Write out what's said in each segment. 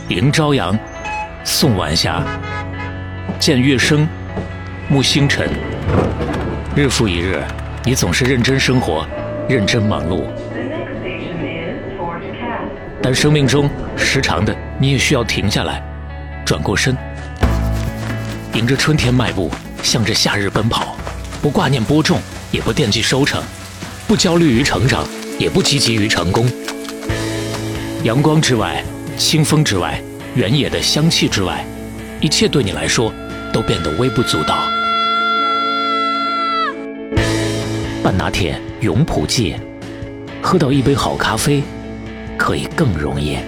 迎朝阳，送晚霞，见月升，沐星辰。日复一日，你总是认真生活，认真忙碌。但生命中时常的，你也需要停下来，转过身，迎着春天迈步，向着夏日奔跑，不挂念播种，也不惦记收成，不焦虑于成长，也不积极于成功。阳光之外，清风之外，原野的香气之外，一切对你来说都变得微不足道。半拿铁永璞记，喝到一杯好咖啡可以更容易。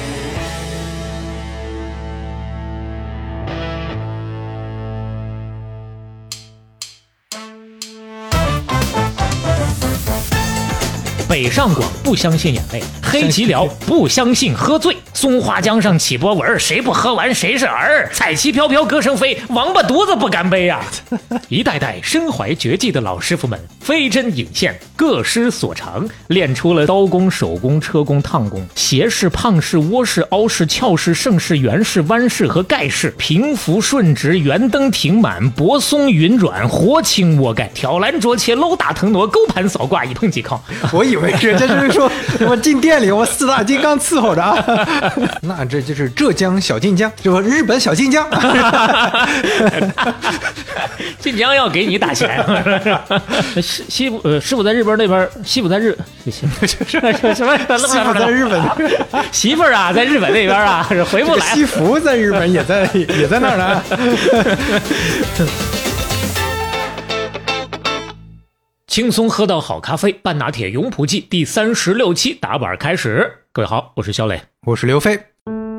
北上广不相信眼泪，黑吉辽不相信喝醉，松花江上起波纹，谁不喝完谁是儿。彩旗飘飘歌声飞，王八犊子不干杯啊！一代代身怀绝技的老师傅们飞针引线，各施所长，练出了刀工、手工、车工、烫工、斜式、胖式、窝式、凹式、翘式、盛式、圆式、弯式和盖式，平伏顺直，圆蹬挺满，泊松云转，活青窝盖，挑篮捉切，搂打腾挪，勾盘扫挂，一碰即靠。 我以为这是说我进店里我四大金刚伺候着啊，那这就是浙江小晋江，这不日本小晋江。 晋江要给你打钱。西傅在日本那边，西傅在日什么西服在日本， 媳妇儿啊在日本那边啊回不来。 西服在日本也在那儿呢。 轻松喝到好咖啡，半拿铁永璞记第36期打板开始。各位好，我是小磊， 我是刘飞。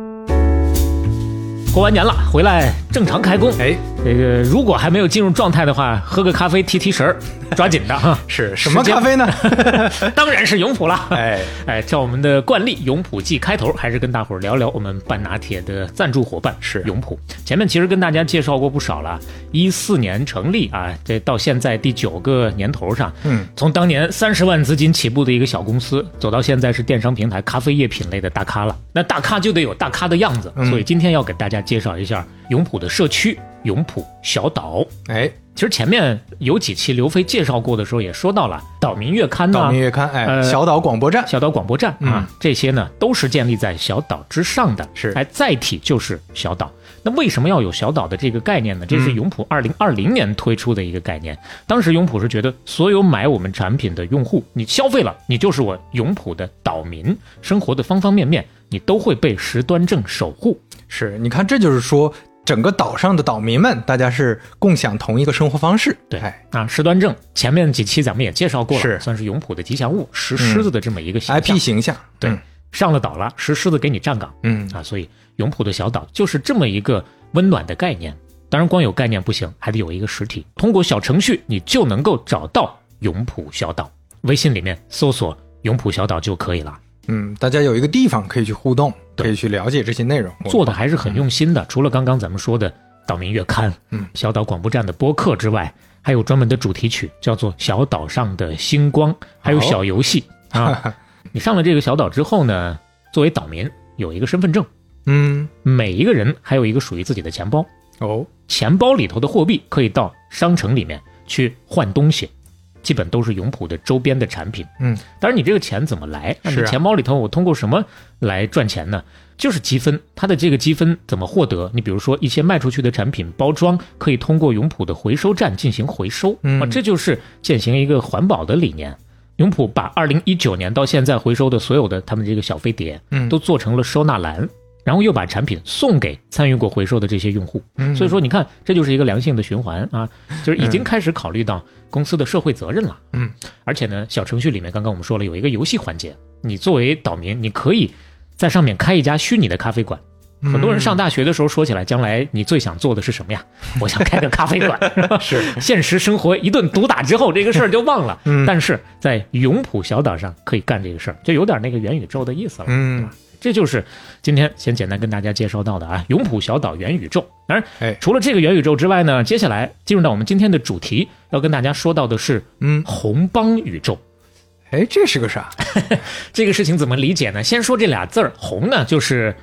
过完年了，回来正常开工。这个如果还没有进入状态的话，喝个咖啡提提神儿，抓紧的哈。 是什么咖啡呢？ 当然是永璞了。照我们的惯例，永璞记开头还是跟大伙儿聊聊我们半拿铁的赞助伙伴是永璞。前面其实跟大家介绍过不少了，14年成立啊，这到现在第9个年头上，从当年30万资金起步的一个小公司，走到现在是电商平台咖啡业品类的大咖了。那大咖就得有大咖的样子，所以今天要给大家介绍一下永璞的社区。永璞小岛，其实前面有几期刘飞介绍过的时候也说到了岛民月刊呢， 岛民月刊，小岛广播站， 小岛广播站啊，这些呢都是建立在小岛之上的， 是， 载体就是小岛。那为什么要有小岛的这个概念呢？这是永璞2020年推出的一个概念。当时永璞是觉得所有买我们产品的用户，你消费了，你就是我永璞的岛民，生活的方方面面你都会被时端正守护。 是，你看，这就是说整个岛上的岛民们，大家是共享同一个生活方式。 对啊，时端正前面几期咱们也介绍过了， 是算是永璞的吉祥物，石狮子的这么一个形象 IP 形象。 对，上了岛了，石狮子给你站岗。所以永璞的小岛就是这么一个温暖的概念。当然光有概念不行，还得有一个实体。通过小程序你就能够找到永璞小岛，微信里面搜索永璞小岛就可以了。 大家有一个地方可以去互动，可以去了解这些内容， 做的还是很用心的。除了刚刚咱们说的岛民月刊，小岛广播站的播客之外，还有专门的主题曲，叫做小岛上的星光，还有小游戏啊。你上了这个小岛之后呢，作为岛民有一个身份证，每一个人还有一个属于自己的钱包。钱包里头的货币可以到商城里面去换东西，基本都是永璞的周边的产品。当然你这个钱怎么来？你钱包里头我通过什么来赚钱呢？就是积分。它的这个积分怎么获得？你比如说一些卖出去的产品包装可以通过永璞的回收站进行回收，这就是践行一个环保的理念。永璞把2019年到现在回收的所有的他们这个小飞碟都做成了收纳篮，然后又把产品送给参与过回收的这些用户。所以说你看，这就是一个良性的循环啊，就是已经开始考虑到公司的社会责任了。而且呢，小程序里面刚刚我们说了有一个游戏环节，你作为岛民，你可以在上面开一家虚拟的咖啡馆。很多人上大学的时候说起来，将来你最想做的是什么呀？我想开个咖啡馆。 是， 现实生活一顿毒打之后，这个事儿就忘了。但是在永璞小岛上可以干这个事儿，就有点那个元宇宙的意思了。这就是今天先简单跟大家介绍到的啊，永璞小岛元宇宙。当然，除了这个元宇宙之外呢，接下来进入到我们今天的主题，要跟大家说到的是红帮宇宙。 这是个啥？ 这个事情怎么理解呢？先说这俩字儿，红呢就是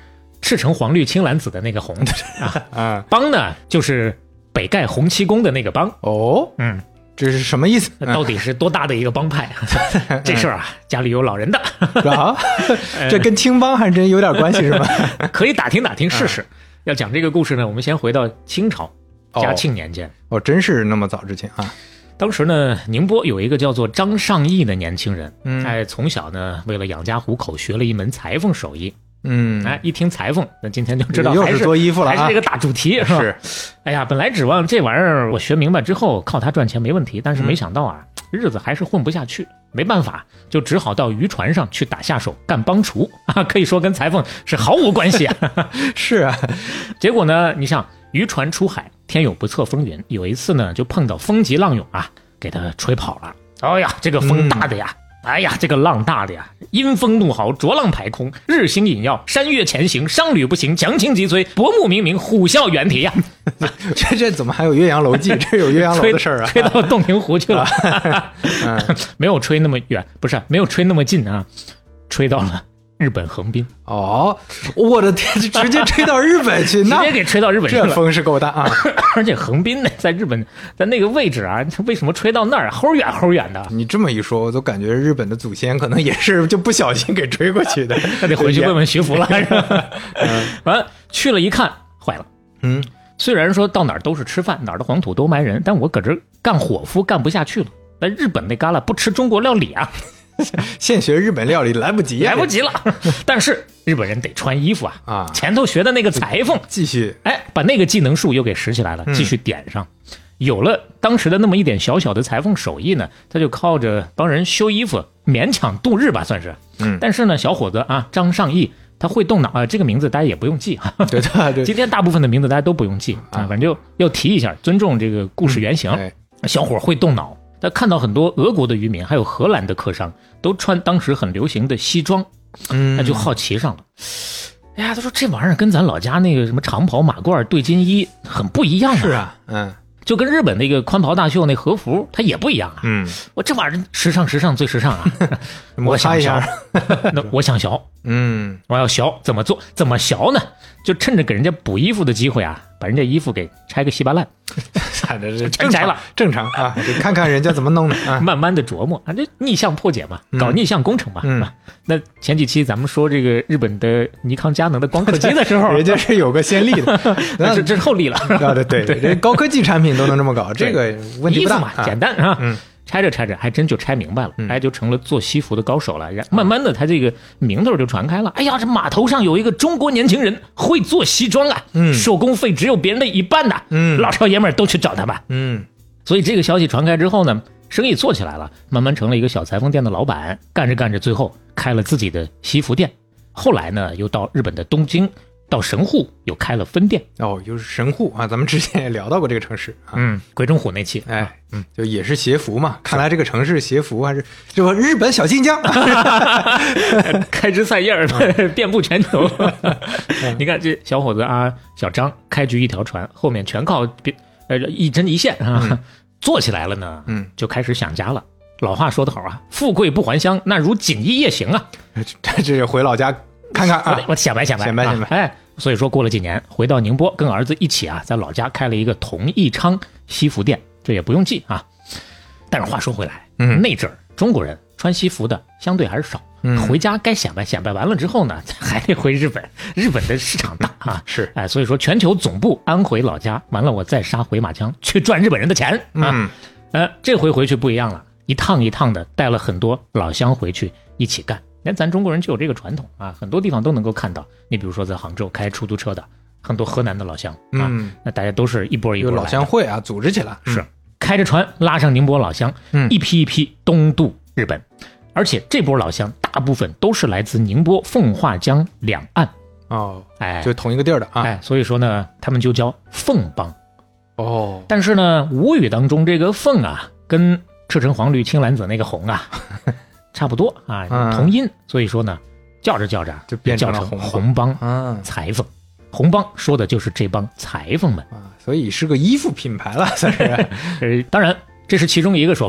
赤橙黄绿青蓝紫的那个红啊，帮呢就是北盖洪七公的那个帮。 哦，这是什么意思？ 到底是多大的一个帮派？这事儿啊，家里有老人的啊，这跟青帮还真有点关系是吧？ 可以打听打听试试。要讲这个故事呢，我们先回到清朝嘉庆年间。 真是那么早之前啊。 当时呢，宁波有一个叫做张尚义的年轻人，从小呢为了养家糊口，学了一门裁缝手艺。一听裁缝，那今天就知道又是做衣服了， 还是这个大主题是吧？是。哎呀，本来指望这玩意儿我学明白之后靠它赚钱没问题，但是没想到啊，日子还是混不下去，没办法，就只好到渔船上去打下手干帮厨啊，可以说跟裁缝是毫无关系啊。 是啊， 结果呢，你像渔船出海，天有不测风云，有一次呢就碰到风急浪涌啊，给他吹跑了。哎呀，这个风大的呀！哎呀，这个浪大的呀，阴风怒号，浊浪排空，日星隐耀，山岳前行，商旅不行，强倾急摧，薄暮冥冥，虎啸猿啼呀。 这怎么还有岳阳楼记？这有岳阳楼的事儿啊！ 吹到洞庭湖去了，没有吹那么远，不是没有吹那么近啊，吹到了日本横滨。 我的天，直接吹到日本去， 直接给吹到日本去了， 这风是够大啊！ 而且横滨呢，在日本，在那个位置啊，为什么吹到那儿，齁远齁远的？ 你这么一说，我都感觉日本的祖先可能也是就不小心给吹过去的。 那得回去问问徐福了。完去了一看，坏了。虽然说到哪儿都是吃饭，哪儿的黄土都埋人，但我搁这干伙夫干不下去了。在日本那旮旯不吃中国料理啊。 现学日本料理来不及了，但是日本人得穿衣服啊，前头学的那个裁缝继续， 把那个技能树又给拾起来了，继续点上。有了当时的那么一点小小的裁缝手艺呢，他就靠着帮人修衣服勉强度日吧，算是。但是呢，小伙子啊，张尚义他会动脑啊，这个名字大家也不用记。 对， 今天大部分的名字大家都不用记啊，反正就要提一下，尊重这个故事原型。小伙会动脑。他看到很多俄国的渔民还有荷兰的客商都穿当时很流行的西装，他就好奇上了。哎呀，他说这玩意儿跟咱老家那个什么长袍马褂对襟衣很不一样啊。 是啊， 就跟日本那个宽袍大袖那和服它也不一样啊。我这玩意儿时尚最时尚啊。 我想学， 那我想学，我要学怎么做？怎么学呢？就趁着给人家补衣服的机会啊，把人家衣服给拆个稀巴烂。 全摘了，正常啊！看看人家怎么弄的啊， 慢慢的琢磨啊，这逆向破解嘛，搞逆向工程嘛。那前几期咱们说这个日本的尼康佳能的光刻机的时候， 人家是有个先例的， 这是后例了。 对，这高科技产品都能这么搞，这个问题不大嘛，简单啊。拆着还真就拆明白了，就成了做西服的高手了。慢慢的，他这个名头就传开了。哎呀，这码头上有一个中国年轻人会做西装啊，手工费只有别人的一半呐。老少爷们都去找他吧。所以这个消息传开之后呢，生意做起来了，慢慢成了一个小裁缝店的老板，干着，最后开了自己的西服店。后来呢，又到日本的东京。到神户又开了分店又是神户啊！咱们之前也聊到过这个城市啊， 鬼冢虎那期， 就也是鞋服嘛。看来这个城市鞋服还是这个日本小金匠， 开枝散叶遍布全球。你看这小伙子啊，小张开局一条船，后面全靠一针一线啊，做起来了呢，就开始想家了。老话说得好啊，富贵不还乡，那如锦衣夜行啊。 这回老家。看看啊， 我显摆，所以说过了几年，回到宁波，跟儿子一起啊，在老家开了一个同益昌西服店，这也不用记啊。但是话说回来，那阵儿中国人穿西服的相对还是少，回家该显摆完了之后呢，还得回日本，日本的市场大啊， 是， 所以说全球总部安回老家，完了我再杀回马枪去赚日本人的钱啊。这回回去不一样了，一趟一趟的带了很多老乡回去一起干。咱中国人就有这个传统啊，很多地方都能够看到。你比如说在杭州开出租车的，很多河南的老乡啊，那大家都是一波一波老乡会啊，组织起来是开着船拉上宁波老乡，一批一批东渡日本，而且这波老乡大部分都是来自宁波奉化江两岸就同一个地儿的啊， 所以说呢，他们就叫奉帮但是呢，吴语当中这个奉啊，跟赤橙黄绿青蓝紫那个红啊。差不多啊，同音，所以说呢，叫着就变成了红帮裁缝。红帮说的就是这帮裁缝们所以是个衣服品牌了，算是。 当然这是其中一个说法。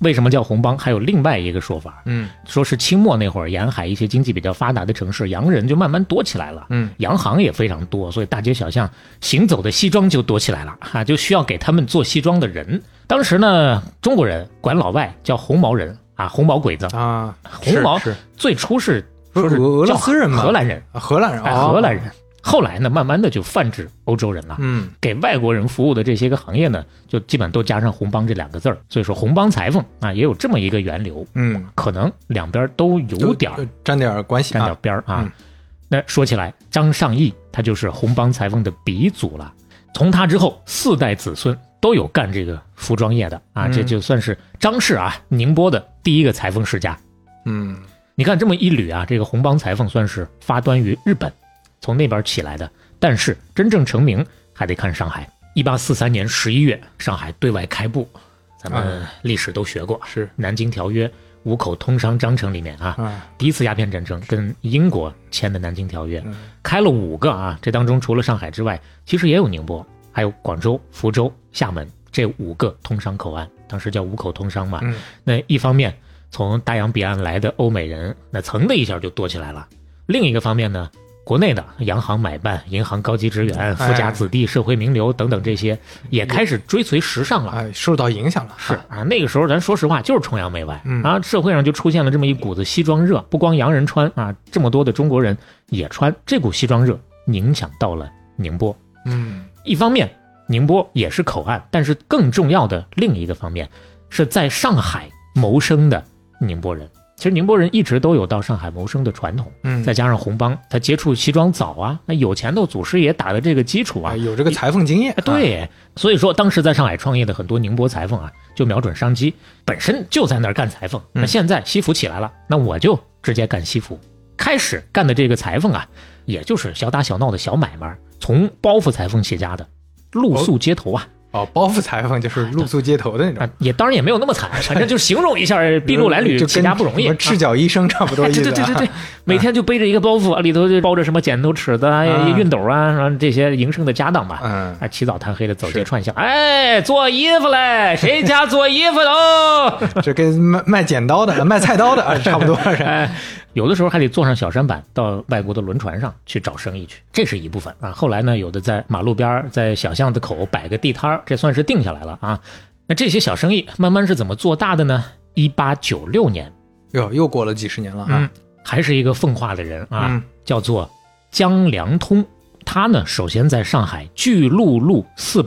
为什么叫红帮？还有另外一个说法，说是清末那会儿沿海一些经济比较发达的城市，洋人就慢慢多起来了，洋行也非常多，所以大街小巷行走的西装就多起来了啊，就需要给他们做西装的人。当时呢，中国人管老外叫红毛人啊，红毛鬼子啊，红毛最初是说是俄罗斯人吗？ 荷兰人， 荷兰人， 荷兰人。后来呢，慢慢的就泛指欧洲人了。给外国人服务的这些个行业呢，就基本都加上红帮这2个字儿。所以说红帮裁缝啊，也有这么一个源流。可能两边都有点沾点关系， 沾点边啊。那说起来，张尚义他就是红帮裁缝的鼻祖了。从他之后，4代子孙都有干这个服装业的啊，这就算是张氏啊，宁波的第一个裁缝世家。你看这么一捋啊，这个红帮裁缝算是发端于日本。从那边起来的，但是真正成名还得看上海。1843年11月，上海对外开埠，咱们历史都学过， 是南京条约、五口通商章程里面啊，第一次鸦片战争跟英国签的南京条约，开了5个啊，这当中除了上海之外，其实也有宁波，还有广州、福州、厦门这5个通商口岸，当时叫五口通商嘛。那一方面，从大洋彼岸来的欧美人，那噌的一下就多起来了；另一个方面呢，国内的洋行买办、银行高级职员、富家子弟、社会名流等等这些，也开始追随时尚了， 受到影响了。 是啊，那个时候咱说实话就是崇洋媚外啊，社会上就出现了这么一股子西装热，不光洋人穿啊，这么多的中国人也穿，这股西装热影响到了宁波。一方面宁波也是口岸，但是更重要的另一个方面是在上海谋生的宁波人。其实宁波人一直都有到上海谋生的传统，再加上红帮，他接触西装早啊，那有钱的祖师爷打的这个基础啊， 有这个裁缝经验。 对，所以说当时在上海创业的很多宁波裁缝啊，就瞄准商机，本身就在那儿干裁缝。那现在西服起来了，那我就直接干西服。开始干的这个裁缝啊，也就是小打小闹的小买卖，从包袱裁缝起家的，露宿街头啊。 包袱裁缝就是露宿街头的那种， 也当然也没有那么惨，反正就形容一下筚路蓝缕起家不容易， 赤脚医生差不多意思。 对，每天就背着一个包袱，里头就包着什么剪头、尺子啊、熨斗啊，然后这些营生的家当吧。起早贪黑的走街串巷，做衣服嘞，谁家做衣服的哦？ 这跟卖剪刀的、卖菜刀的差不多是。 有的时候还得坐上小舢板到外国的轮船上去找生意去，这是一部分啊。后来呢，有的在马路边，在小巷子口摆个地摊，这算是定下来了啊。那这些小生意慢慢是怎么做大的呢？1896年， 又过了几十年了啊。 还是一个奉化的人啊，叫做江良通。他呢，首先在上海巨鹿路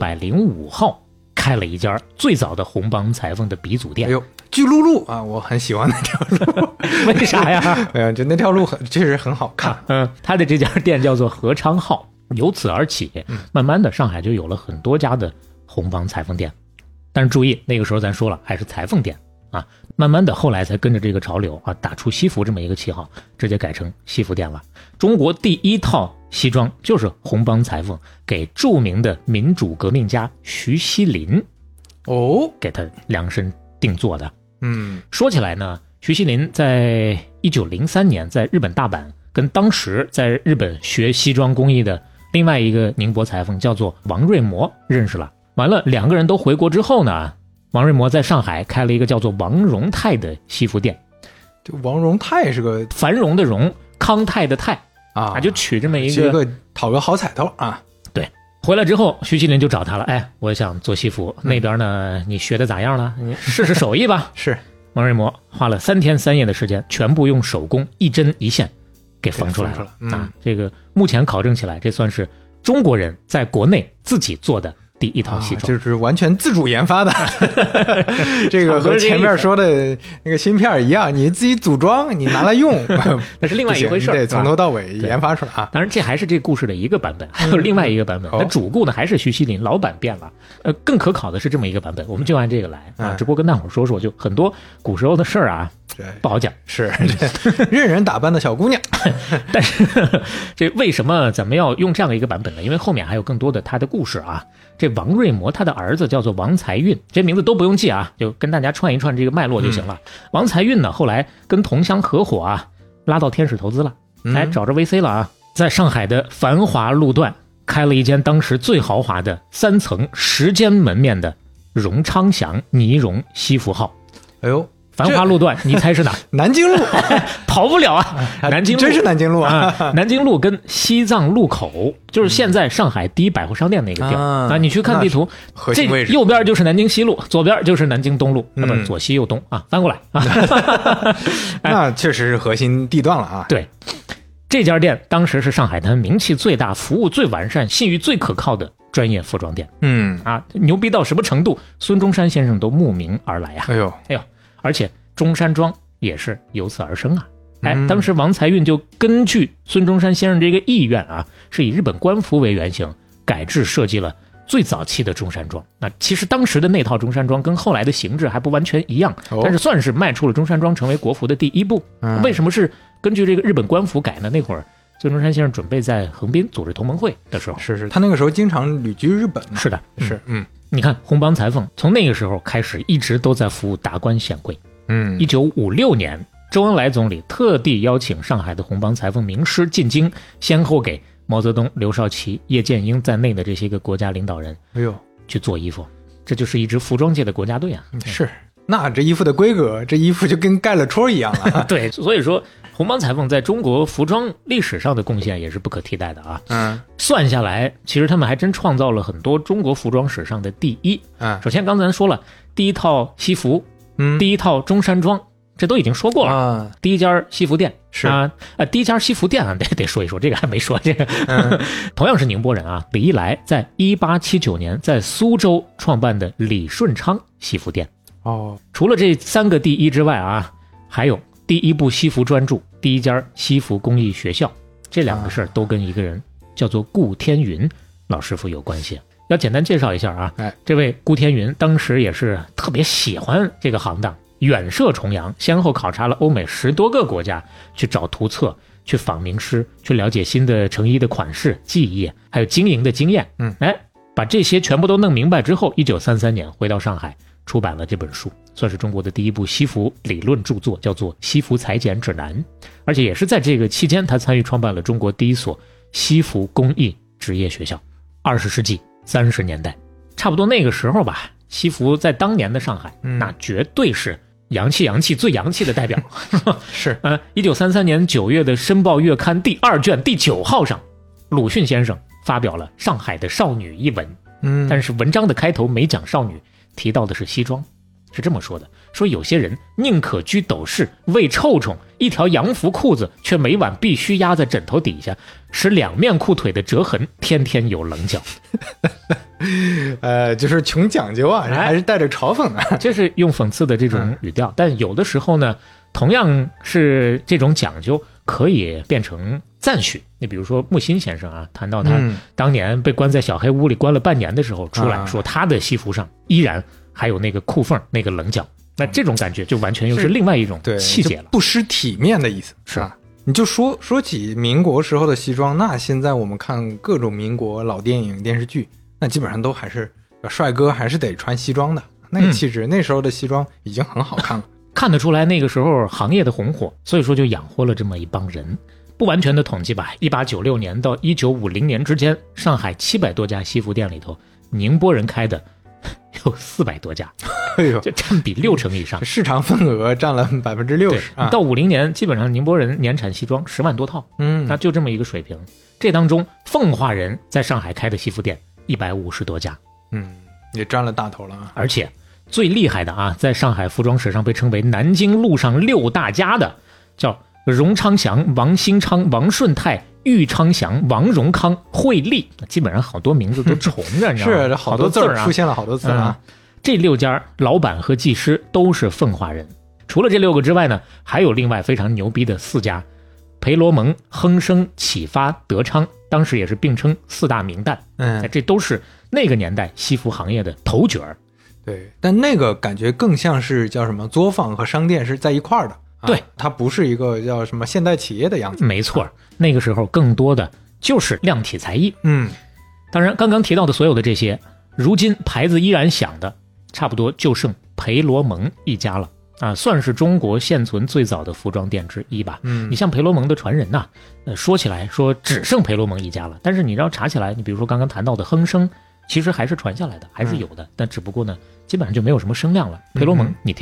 405号开了一家最早的红帮裁缝的鼻祖店。 巨鹿路啊，我很喜欢那条路。 为啥呀？ 就那条路确实很好看。 他的这家店叫做合昌号，由此而起，慢慢的上海就有了很多家的红帮裁缝店。但是注意，那个时候咱说了还是裁缝店啊，慢慢的后来才跟着这个潮流啊，打出西服这么一个旗号，直接改成西服店了。中国第一套西装就是红帮裁缝给著名的民主革命家徐锡麟给他量身定做的。说起来呢，徐锡麟在1903年在日本大阪跟当时在日本学西装工艺的另外一个宁波裁缝叫做王瑞模认识了。完了2个人都回国之后呢，王瑞模在上海开了一个叫做王荣泰的西服店。 这王荣泰是个繁荣的荣，康泰的泰啊，就取这么一个讨个好彩头啊。 对，回来之后徐锡麟就找他了，我想做西服，那边呢你学的咋样了？你试试手艺吧。 是， 王瑞模花了3天3夜的时间，全部用手工一针一线给缝出来了啊！这个目前考证起来，这算是中国人在国内自己做的第一套西装， 就是完全自主研发的。这个和前面说的那个芯片一样，你自己组装，你拿来用， 那是另外一回事。 对，从头到尾研发出来啊。 当然，这还是这故事的一个版本，还有另外一个版本。那主顾呢还是徐锡麟，老板变了。更可考的是这么一个版本，我们就按这个来啊。只不过跟大伙说说，就很多古时候的事儿啊，不好讲。 是任人打扮的小姑娘。 但是这为什么咱们要用这样一个版本呢？因为后面还有更多的他的故事啊。这王瑞模他的儿子叫做王才运，这名字都不用记啊，就跟大家串一串这个脉络就行了。王才运呢，后来跟同乡合伙啊，拉到天使投资了，找着 VC 了啊，在上海的繁华路段开了一间当时最豪华的3层10间门面的荣昌祥呢绒西服号。 哎呦， 繁华路段，你猜是哪？ 南京路， 跑不了啊！南京路真是南京路啊！南京路跟西藏路口，就是现在上海第一百货商店那个地儿啊。你去看地图，这右边就是南京西路，左边就是南京东路，不是左西右东啊，翻过来啊。 那确实是核心地段了啊。 对，这家店当时是上海滩名气最大、服务最完善、信誉最可靠的专业服装店。牛逼到什么程度？孙中山先生都慕名而来啊！ 哎呦， 而且中山装也是由此而生啊！当时王财运就根据孙中山先生这个意愿啊，是以日本官服为原型，改制设计了最早期的中山装。那其实当时的那套中山装跟后来的形制还不完全一样，但是算是迈出了中山装成为国服的第一步。为什么是根据这个日本官服改呢？那会儿孙中山先生准备在横滨组织同盟会的时候， 是他那个时候经常旅居日本嘛。 是的，你看红帮裁缝从那个时候开始一直都在服务达官显贵。1956年，周恩来总理特地邀请上海的红帮裁缝名师进京，先后给毛泽东、刘少奇、叶剑英在内的这些个国家领导人，去做衣服。这就是一支服装界的国家队啊！ 是，那这衣服的规格，这衣服就跟盖了戳一样了。 对，所以说红帮裁缝在中国服装历史上的贡献也是不可替代的啊。算下来，其实他们还真创造了很多中国服装史上的第一。首先刚才咱说了，第一套西服，第一套中山装，这都已经说过了。第一家西服店是第一家西服店啊，得说一说，这个还没说这个。同样是宁波人啊，李一来在1879年在苏州创办的李顺昌西服店。除了这3个第一之外啊，还有第一部西服专著，第一家西服工艺学校，这2个事儿都跟一个人叫做顾天云老师傅有关系。要简单介绍一下啊，这位顾天云当时也是特别喜欢这个行当，远涉重洋，先后考察了欧美10多个国家，去找图册，去访名师，去了解新的成衣的款式、技艺，还有经营的经验。把这些全部都弄明白之后，1933年回到上海，出版了这本书，算是中国的第一部西服理论著作，叫做《西服裁剪指南》。而且也是在这个期间，他参与创办了中国第一所西服工艺职业学校。20世纪30年代，差不多那个时候吧，西服在当年的上海，那绝对是洋气最洋气的代表。 是 1933年9月的《申报月刊》第2卷第9号上，鲁迅先生发表了《上海的少女》一文。但是文章的开头没讲少女，提到的是西装。是这么说的，说有些人宁可居斗室为臭虫，一条洋服裤子却每晚必须压在枕头底下，使2面裤腿的折痕天天有棱角。 就是穷讲究啊，还是带着嘲讽的。 这是用讽刺的这种语调，但有的时候呢，同样是这种讲究可以变成赞许。你比如说木心先生啊，谈到他当年被关在小黑屋里关了半年的时候，出来说他的西服上依然还有那个裤缝那个棱角，那这种感觉就完全又是另外一种气节了， 不失体面的意思。 是啊， 你就说起民国时候的西装，那现在我们看各种民国老电影电视剧，那基本上都还是帅哥还是得穿西装的，那个气质，那时候的西装已经很好看了。 看得出来那个时候行业的红火，所以说就养活了这么一帮人。不完全的统计吧，1896年到1950年之间，上海700多家西服店里头，宁波人开的有400多家，这占比60%以上， 市场份额占了60%。 到50年，基本上宁波人年产西装10万多套，那就这么一个水平。这当中，奉化人在上海开的西服店150多家， 也占了大头了啊。 而且最厉害的啊，在上海服装史上被称为南京路上6大家的，叫荣昌祥、王兴昌、王顺泰、豫昌祥、王荣康、惠利，基本上好多名字都重着，你知道吗？ 是好多字儿出现了好多字啊。 这6家老板和技师都是奉化人。除了这6个之外呢，还有另外非常牛逼的4家，培罗蒙、亨生、启发、德昌，当时也是并称4大名旦。这都是那个年代西服行业的头角儿。 对，但那个感觉更像是叫什么作坊和商店是在一块儿的。 对， 它不是一个叫什么现代企业的样子。 没错，那个时候更多的就是量体裁衣。当然刚刚提到的所有的这些，如今牌子依然响的，差不多就剩培罗蒙一家了啊，算是中国现存最早的服装店之一吧。你像培罗蒙的传人呐，说起来说只剩培罗蒙一家了，但是你要查起来，你比如说刚刚谈到的亨生，其实还是传下来的，还是有的，但只不过呢，基本上就没有什么声量了。培罗蒙你听过吗？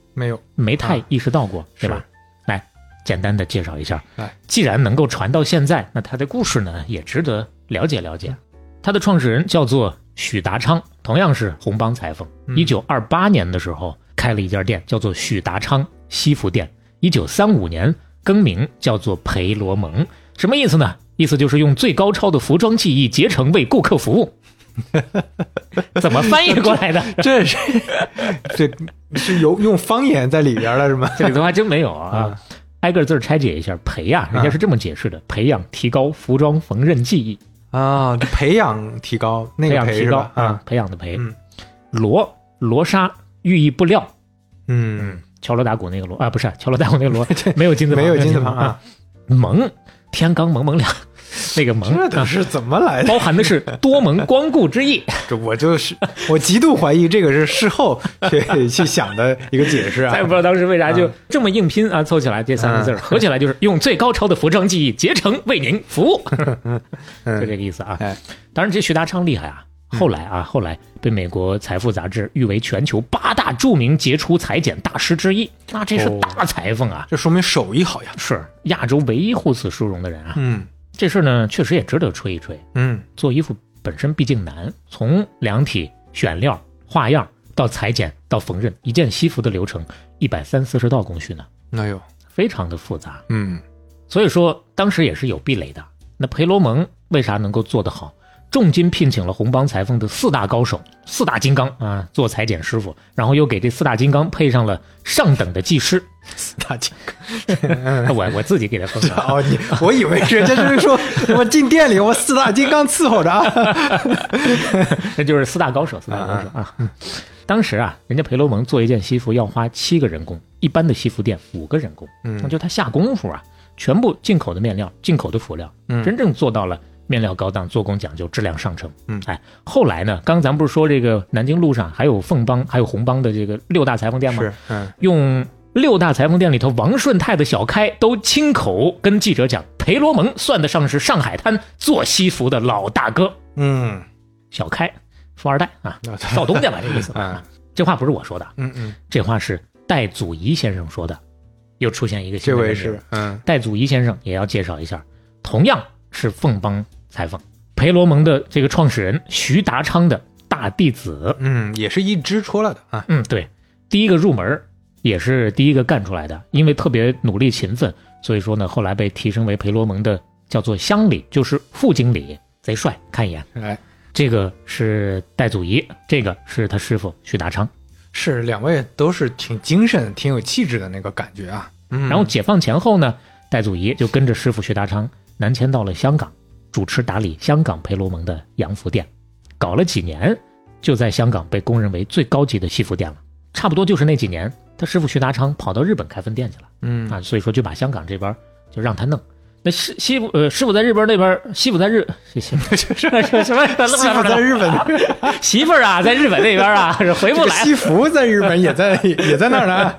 没太意识到过，对吧？来，简单的介绍一下。既然能够传到现在，那他的故事呢也值得了解了解。他的创始人叫做许达昌，同样是红帮裁缝。1928年的时候开了一家店，叫做许达昌西服店。1935年更名叫做培罗蒙。什么意思呢？意思就是用最高超的服装技艺竭诚为顾客服务。怎么翻译过来的？ 这是有用方言在里边了是吗？ 这里头还真没有啊。挨个字拆解一下，培呀，人家是这么解释的：培养提高服装缝纫技艺啊，培养提高那个培是吧？ 啊，培养的培。罗纱寓意布料。敲锣打鼓那个锣啊，不是敲锣打鼓那个锣，没有金字旁， 没有金字旁啊。 蒙，天罡蒙亮。那个蒙这都是怎么来的？ 包含的是多蒙光顾之意。 我极度怀疑这个是事后去想的一个解释啊！ 咱也不知道当时为啥就这么硬拼啊，凑起来这3个字合起来就是用最高超的服装技艺竭诚为您服务，就这个意思啊。当然这许达昌厉害啊，后来被美国财富杂志誉为全球8大著名杰出裁剪大师之一。那这是大裁缝啊， 这说明手艺好呀， 是亚洲唯一获此殊荣的人啊。这事呢确实也值得吹一吹。做衣服本身毕竟难，从量体、选料、画样到裁剪到缝纫，一件西服的流程130-140道工序呢，非常的复杂。所以说当时也是有壁垒的。那培罗蒙为啥能够做得好？重金聘请了红帮裁缝的4大高手、4大金刚啊，做裁剪师傅，然后又给这4大金刚配上了上等的技师。 4大金刚， 我自己给他分了。 我以为人家就是说我进店里我4大金刚伺候着啊， 那就是4大高手啊。当时啊，人家培罗蒙做一件西服要花7个人工，一般的西服店5个人工。那就他下功夫啊，全部进口的面料、进口的辅料，真正做到了面料高档，做工讲究，质量上乘。后来呢，刚咱不是说这个南京路上还有凤帮还有红帮的这个6大裁缝店吗？用6大裁缝店里头王顺泰的小开都亲口跟记者讲，培罗蒙算得上是上海滩做西服的老大哥。小开富2代啊，少东家吧，这意思啊。这话不是我说的，这话是戴祖仪先生说的。又出现一个新的人，这位是戴祖仪先生，也要介绍一下，同样是凤帮裁缝，培罗蒙的这个创始人徐达昌的大弟子。 也是一支出来的啊。 对，第一个入门，也是第一个干出来的，因为特别努力勤奋，所以说呢，后来被提升为培罗蒙的叫做乡里，就是副经理，贼帅，看一眼。这个是戴祖仪，这个是他师傅徐达昌。 是2位都是挺精神、挺有气质的那个感觉啊。 然后解放前后呢，戴祖仪就跟着师傅徐达昌南迁到了香港，主持打理香港培罗蒙的洋服店，搞了几年，就在香港被公认为最高级的西服店了。差不多就是那几年，他师傅徐达昌跑到日本开分店去了。所以说就把香港这边就让他弄。那师傅在日本那边，媳妇在日什么媳妇在日本， 媳妇啊在日本那边啊回不来。 西服在日本也在那儿呢。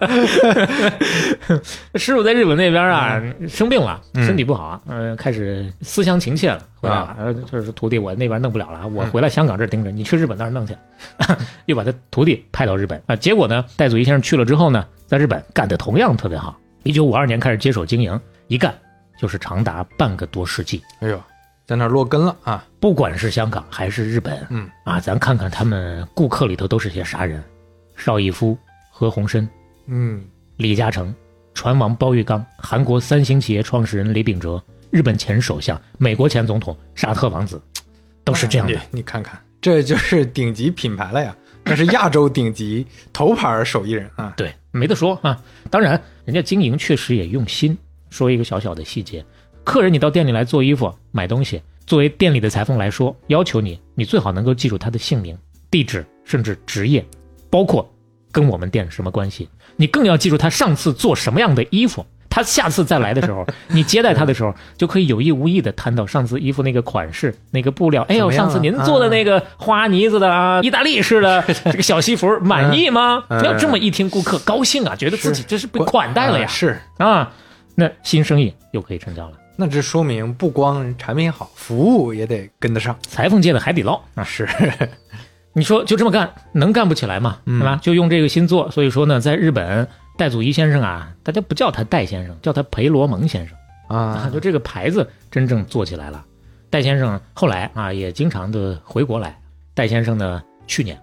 师傅在日本那边啊生病了，身体不好，开始思乡情切了，回来了。就是徒弟我那边弄不了了，我回来香港这儿盯着，你去日本那儿弄去。又把他徒弟派到日本啊。结果呢，戴祖仪先生去了之后呢，在日本干得同样特别好。1952年开始接手经营，一干就是长达半个多世纪。 在那儿落根了啊！ 不管是香港还是日本，咱看看他们顾客里头都是些啥人：邵逸夫、何鸿燊，李嘉诚、船王包玉刚、韩国3星企业创始人李秉哲、日本前首相、美国前总统沙特王子，都是这样的。 你看看，这就是顶级品牌了呀！那是亚洲顶级头牌手艺人啊！ 对，没得说啊。当然，人家经营确实也用心。说一个小小的细节，客人你到店里来做衣服买东西，作为店里的裁缝来说，要求你最好能够记住他的姓名、地址，甚至职业，包括跟我们店什么关系。你更要记住他上次做什么样的衣服，他下次再来的时候，你接待他的时候，就可以有意无意的谈到上次衣服那个款式、那个布料。哎呦，上次您做的那个花呢子的啊，意大利式的这个小西服满意吗？要这么一听，顾客高兴啊，觉得自己这是被款待了呀。 是啊。那新生意又可以成交了。 那这说明不光产品好，服务也得跟得上。 裁缝界的海底捞啊！是你说就这么干，能干不起来吗？对吧？就用这个新作，所以说呢，在日本戴祖一先生啊，大家不叫他戴先生，叫他裴罗蒙先生啊，就这个牌子真正做起来了。戴先生后来啊也经常的回国来。戴先生呢，去年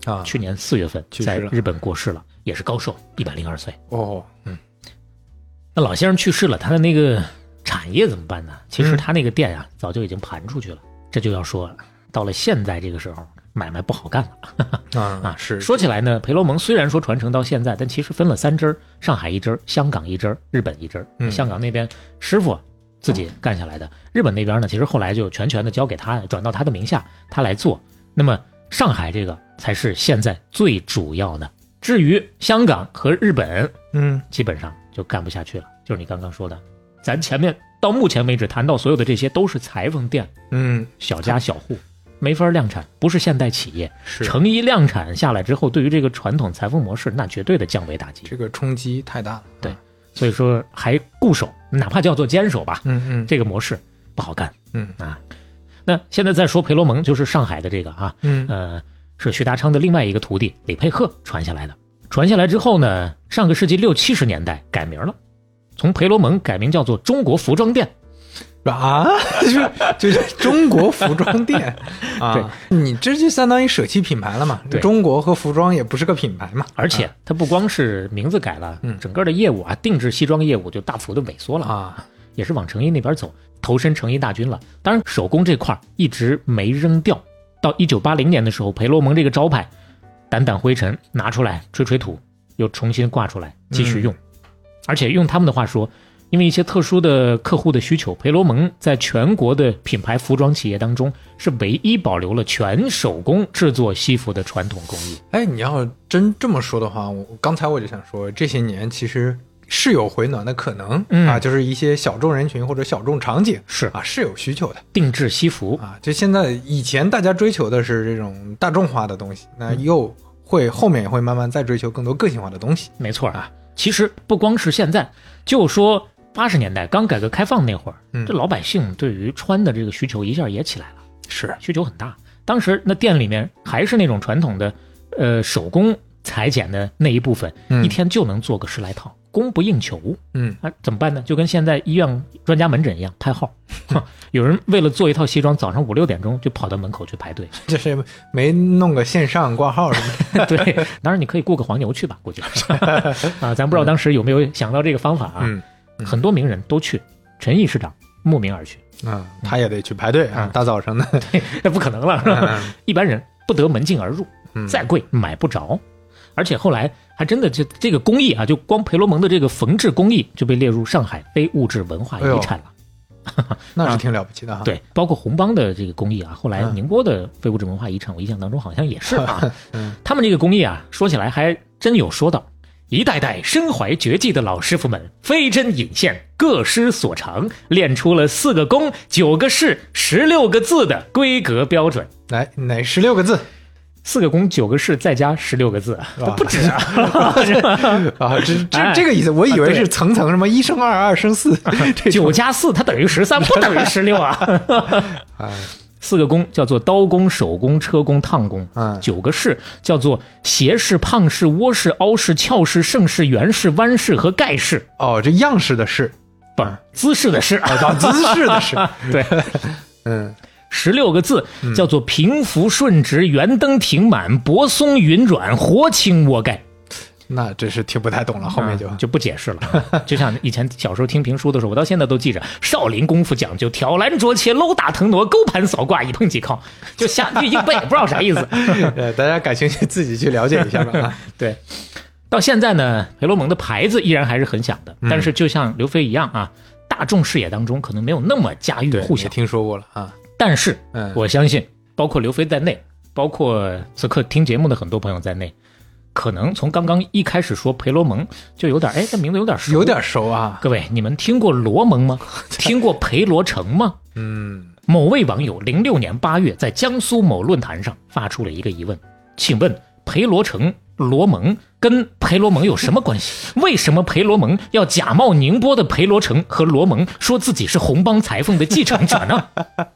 4月份在日本过世了，也是高寿102岁。 哦， 那老先生去世了，他的那个产业怎么办呢？其实他那个店啊，早就已经盘出去了。这就要说了，到了现在这个时候，买卖不好干了。 是。 说起来呢，裴罗蒙虽然说传承到现在，但其实分了3支，上海1支，香港1支，日本1支。香港那边师傅自己干下来的，日本那边呢，其实后来就全权的交给他，转到他的名下，他来做。那么上海这个才是现在最主要的。至于香港和日本，基本上就干不下去了。就是你刚刚说的，咱前面到目前为止谈到所有的这些都是裁缝店，小家小户，没法量产，不是现代企业。成衣量产下来之后，对于这个传统裁缝模式，那绝对的降维打击， 这个冲击太大了。 对，所以说还固守，哪怕叫做坚守吧，这个模式不好干。那现在再说裴罗蒙，就是上海的这个啊，是徐达昌的另外一个徒弟李佩赫传下来的。传下来之后呢，上个世纪60、70年代改名了，从裴罗蒙改名叫做中国服装店。 啊，就是中国服装店啊！对，你这就相当于舍弃品牌了嘛？中国和服装也不是个品牌嘛。 而且它不光是名字改了，整个的业务啊，定制西装业务就大幅的萎缩了啊，也是往成衣那边走，投身成衣大军了。当然，手工这块一直没扔掉。到1980年的时候，裴罗蒙这个招牌掸掸灰尘，拿出来吹吹土，又重新挂出来继续用。而且用他们的话说，因为一些特殊的客户的需求，裴罗蒙在全国的品牌服装企业当中是唯一保留了全手工制作西服的传统工艺。 哎，你要真这么说的话，刚才我就想说，这些年其实是有回暖的可能啊，就是一些小众人群或者小众场景是有需求的定制西服啊。就现在以前大家追求的是这种大众化的东西，那又会后面也会慢慢再追求更多个性化的东西。 没错啊，其实不光是现在，就说80年代刚改革开放那会儿，这老百姓对于穿的这个需求一下也起来了， 是需求很大。当时那店里面还是那种传统的手工裁剪的那一部分，一天就能做个10来套，供不应求。怎么办呢？就跟现在医院专家门诊一样，排号。有人为了做一套西装，早上5、6点钟就跑到门口去排队， 就是没弄个线上挂号什么的。 对，当然你可以雇个黄牛去吧，估计啊，咱不知道当时有没有想到这个方法啊。很多名人都去，陈毅市长慕名而去。 他也得去排队啊，大早上的， 那不可能了。一般人不得门径而入，再贵买不着。而且后来还真的这个工艺啊，就光裴罗蒙的这个缝制工艺就被列入上海非物质文化遗产了。 那是挺了不起的哈。 对，包括红帮的这个工艺啊，后来宁波的非物质文化遗产，我印象当中好像也是啊。他们这个工艺啊，说起来还真有说道。一代代身怀绝技的老师傅们飞针引线，各施所长，练出了4个工、9个式、16个字的规格标准。 来，哪16个字 ？4个工、9个式，再加16个字，不止啊！ 这个意思，我以为是层层什么1生2，2生4 ，9加4它等于13，不等于16啊！4个工叫做刀工、手工、车工、烫工，9个式叫做斜式、胖式、窝式、凹式、翘式、盛式、圆式、弯式和盖式。 哦，这样式的式， 不是姿势的式啊，姿势的式。 对，16个字叫做平伏顺直、圆蹬挺满、薄松匀软、活轻窝盖。 那真是听不太懂了，后面就不解释了。就像以前小时候听评书的时候，我到现在都记着，少林功夫讲究挑篮捉切、搂打腾挪、勾盘扫挂、一碰即靠，就硬背，不知道啥意思。 大家感兴趣自己去了解一下吧。 对，到现在呢，裴罗蒙的牌子依然还是很响的，但是就像刘飞一样啊，大众视野当中可能没有那么家喻户晓。 听说过了啊， 但是我相信，包括刘飞在内，包括此刻听节目的很多朋友在内，可能从刚刚一开始说裴罗蒙就有点，这名字有点熟啊。 各位，你们听过罗蒙吗？听过裴罗城吗？某位网友06年8月在江苏某论坛上发出了一个疑问，请问裴罗城、罗蒙跟裴罗蒙有什么关系？为什么裴罗蒙要假冒宁波的裴罗城和罗蒙，说自己是红帮裁缝的继承者呢？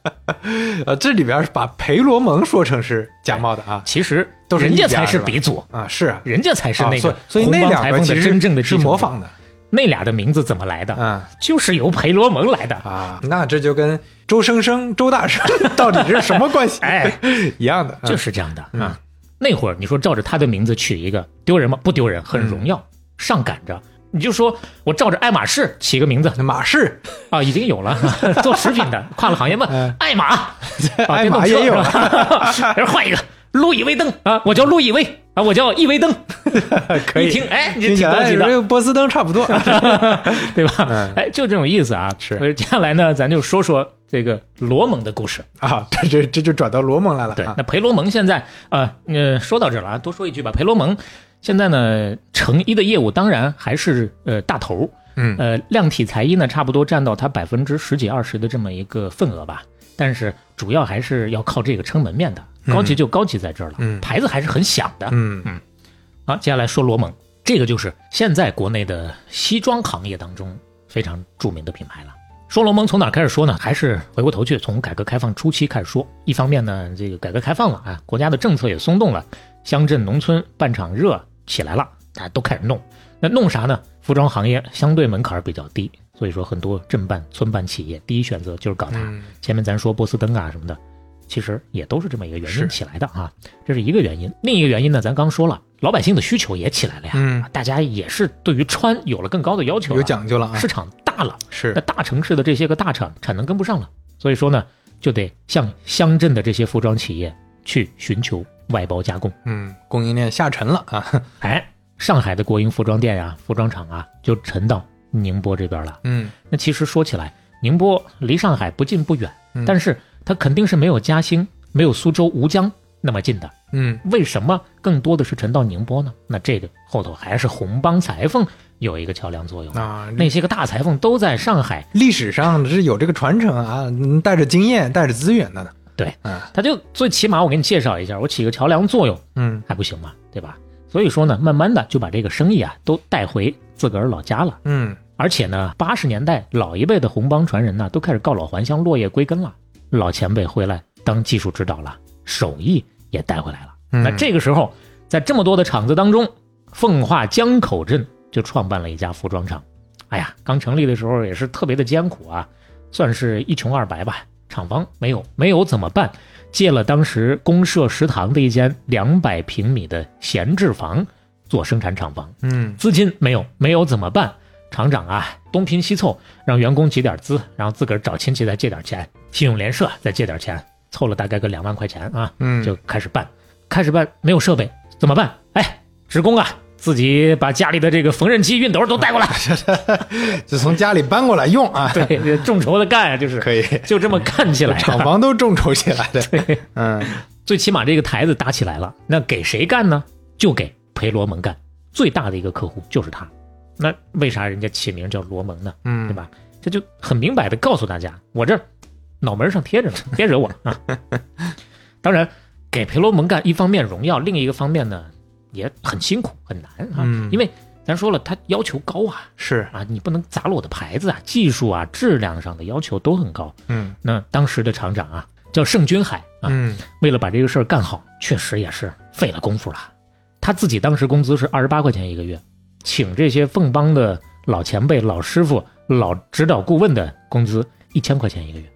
这里边把裴罗蒙说成是假冒的啊， 其实都是人家才是鼻祖啊，是啊， 人家才是那个所以那两个其实真正的是模仿的。 那俩的名字怎么来的？就是由裴罗蒙来的啊。那这就跟周生生、周大生到底是什么关系？一样的， 就是这样的啊。那会儿你说照着他的名字取一个丢人吗？不丢人，很荣耀，上赶着。你就说我照着爱马仕起个名字， 马仕啊，已经有了，做食品的，跨了行业嘛，爱玛， 爱玛也有了， 然后换一个路易威登啊，我叫路易威啊，我叫易威登， 可以一听，哎，你挺高级的， 这个波司登差不多， 对吧？哎，就这种意思啊。 是。 所以接下来呢，咱就说说这个罗蒙的故事啊，这就转到罗蒙来了。 对，那裴罗蒙现在说到这了啊，多说一句吧，裴罗蒙现在呢，成衣的业务当然还是大头，量体裁衣呢，差不多占到它10几20%的这么一个份额吧。但是主要还是要靠这个撑门面的，高级就高级在这儿了，牌子还是很响的。好，接下来说罗蒙，这个就是现在国内的西装行业当中非常著名的品牌了。说罗蒙从哪开始说呢？还是回过头去从改革开放初期开始说。一方面呢，这个改革开放了啊，国家的政策也松动了，乡镇农村办厂热起来了，大家都开始弄。那弄啥呢？服装行业相对门槛比较低，所以说很多镇办村办企业第一选择就是搞它。前面咱说波司登啊什么的，其实也都是这么一个原因起来的啊，这是一个原因。另一个原因呢，咱刚说了，老百姓的需求也起来了呀，大家也是对于穿有了更高的要求， 有讲究了啊， 市场大了， 是那大城市的这些个大厂产能跟不上了，所以说呢，就得向乡镇的这些服装企业去寻求外包加工， 供应链下沉了啊， 上海的国营服装店呀、服装厂啊，就沉到宁波这边了。那其实说起来，宁波离上海不近不远，但是它肯定是没有嘉兴、没有苏州、吴江那么近的。为什么更多的是沉到宁波呢？那这个后头还是红帮裁缝有一个桥梁作用啊。那些个大裁缝都在上海， 历史上是有这个传承啊，带着经验、带着资源的。 对，他就最起码我给你介绍一下，我起个桥梁作用，还不行吗？对吧？所以说呢，慢慢的就把这个生意啊都带回自个儿老家了。而且呢，80年代老一辈的红帮传人呢，都开始告老还乡、落叶归根了。老前辈回来当技术指导了，手艺也带回来了。那这个时候，在这么多的厂子当中，奉化江口镇就创办了一家服装厂。哎呀，刚成立的时候也是特别的艰苦啊，算是一穷二白吧。厂房没有怎么办？借了当时公社食堂的一间200平米的闲置房做生产厂房。资金没有怎么办？厂长啊东拼西凑，让员工集点资，然后自个儿找亲戚再借点钱，信用联社再借点钱，凑了大概个2万块钱啊，就开始办，没有设备怎么办？职工啊，自己把家里的这个缝纫机、熨斗都带过来， 就从家里搬过来用啊。 对，众筹的干啊，就是可以， 就这么干起来， 厂房都众筹起来的。 对，最起码这个台子搭起来了，那给谁干呢？就给裴罗蒙干，最大的一个客户就是他。那为啥人家起名叫罗蒙呢？对吧？这就很明白的告诉大家，我这脑门上贴着呢，别惹我啊！当然，给裴罗蒙干，一方面荣耀，另一个方面呢，也很辛苦很难啊。因为咱说了，他要求高啊， 是啊，你不能砸了我的牌子啊，技术啊、质量上的要求都很高。那当时的厂长啊，叫盛君海啊，为了把这个事儿干好，确实也是费了功夫了。他自己当时工资是28块钱一个月。请这些凤帮的老前辈、老师傅、老指导顾问的工资1000块钱一个月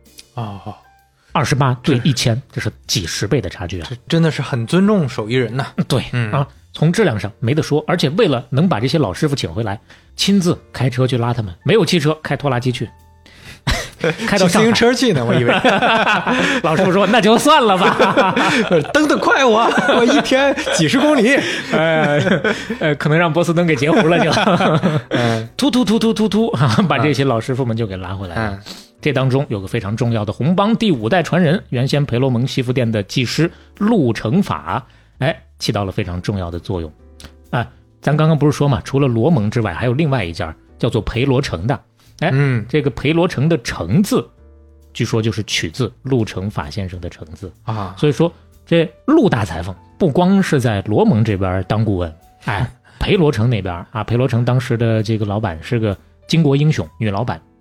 ，28对1000，这是几十倍的差距啊！ 这真的是很尊重手艺人呐。 对，从质量上没得说，而且为了能把这些老师傅请回来，亲自开车去拉他们，没有汽车，开拖拉机去。开到上海， 自行车去呢，我以为。 老师傅说那就算了吧， 蹬得快我一天几十公里， 可能让波司登给截胡了就，突，把这些老师傅们就给拉回来了。这当中有个非常重要的红帮第5代传人，原先裴罗蒙西服店的技师陆成法，起到了非常重要的作用啊。咱刚刚不是说嘛，除了罗蒙之外，还有另外一家叫做裴罗成的。这个裴罗成的成字，据说就是取自陆成法先生的成字啊。所以说，这陆大裁缝不光是在罗蒙这边当顾问，裴罗成那边啊，裴罗成当时的这个老板是个巾帼英雄女老板，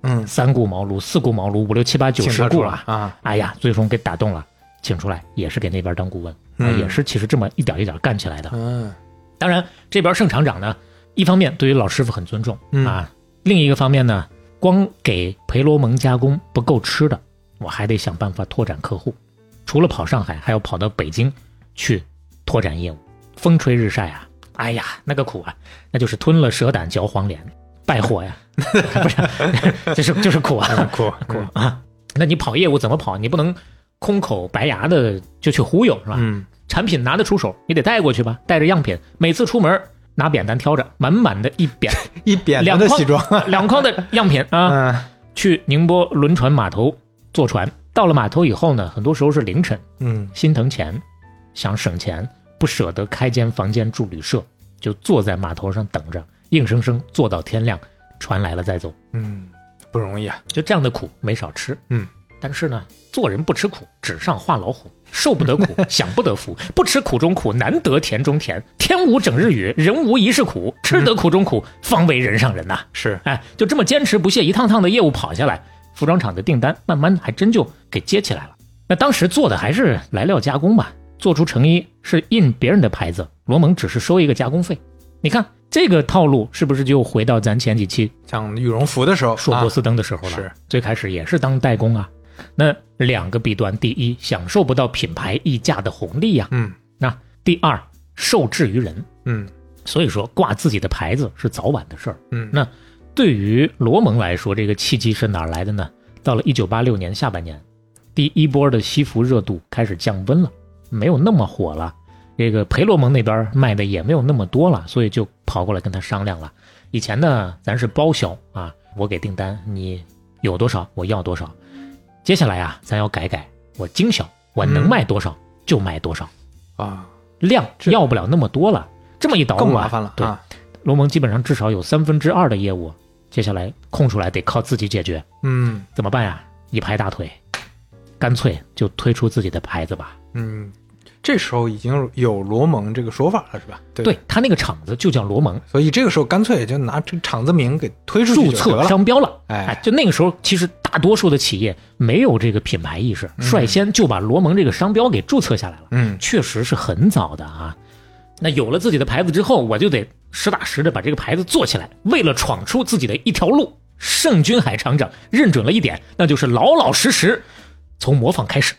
3顾茅庐、4顾茅庐、5、6、7、8、9、10顾啊！ 哎呀，最终给打动了，请出来也是给那边当顾问，也是其实这么一点一点干起来的。当然这边盛厂长呢，一方面对于老师傅很尊重啊，另一个方面呢，光给培罗蒙加工不够吃的，我还得想办法拓展客户。除了跑上海，还要跑到北京去拓展业务，风吹日晒啊，哎呀，那个苦啊，那就是吞了蛇胆嚼黄连，败货呀，不是，就是苦啊， 苦啊。那你跑业务怎么跑？你不能空口白牙的就去忽悠是吧？产品拿得出手，你得带过去吧，带着样品，每次出门拿扁担挑着，满满的一扁的西装 ，2筐的样品啊，去宁波轮船码头坐船。到了码头以后呢，很多时候是凌晨，心疼钱，想省钱，不舍得开间房间住旅社，就坐在码头上等着，硬生生坐到天亮，船来了再走。 不容易啊， 就这样的苦没少吃。但是呢，做人不吃苦，纸上画老虎，受不得苦，享不得福，不吃苦中苦，难得甜中甜。天无整日雨，人无一世苦，吃得苦中苦，方为人上人呐。 是， 就这么坚持不懈，一趟趟的业务跑下来，服装厂的订单慢慢还真就给接起来了。那当时做的还是来料加工嘛，做出成衣是印别人的牌子，罗蒙只是收一个加工费。你看这个套路是不是就回到咱前几期像羽绒服的时候， 硕波司登的时候了？ 是， 最开始也是当代工啊。那2个弊端，第一，享受不到品牌溢价的红利呀。那第二，受制于人。所以说挂自己的牌子是早晚的事儿。那对于罗蒙来说，这个契机是哪儿来的呢？到了1986年下半年，第一波的西服热度开始降温了，没有那么火了。这个培罗蒙那边卖的也没有那么多了，所以就跑过来跟他商量了。以前呢，咱是包销啊，我给订单，你有多少我要多少。接下来啊，咱要改，我精销，我能卖多少就卖多少啊， 量要不了那么多了。这么一捣鼓更麻烦了。 对，罗蒙基本上至少有2/3的业务，接下来空出来得靠自己解决。怎么办呀？一拍大腿，干脆就推出自己的牌子吧。 这时候已经有罗蒙这个说法了，是吧？ 对，他那个厂子就叫罗蒙， 所以这个时候干脆就拿这个厂子名给推出去注册商标了。就那个时候，其实大多数的企业没有这个品牌意识，率先就把罗蒙这个商标给注册下来了。确实是很早的啊。那有了自己的牌子之后，我就得实打实的把这个牌子做起来。为了闯出自己的一条路，盛军海厂长认准了一点，那就是老老实实从模仿开始。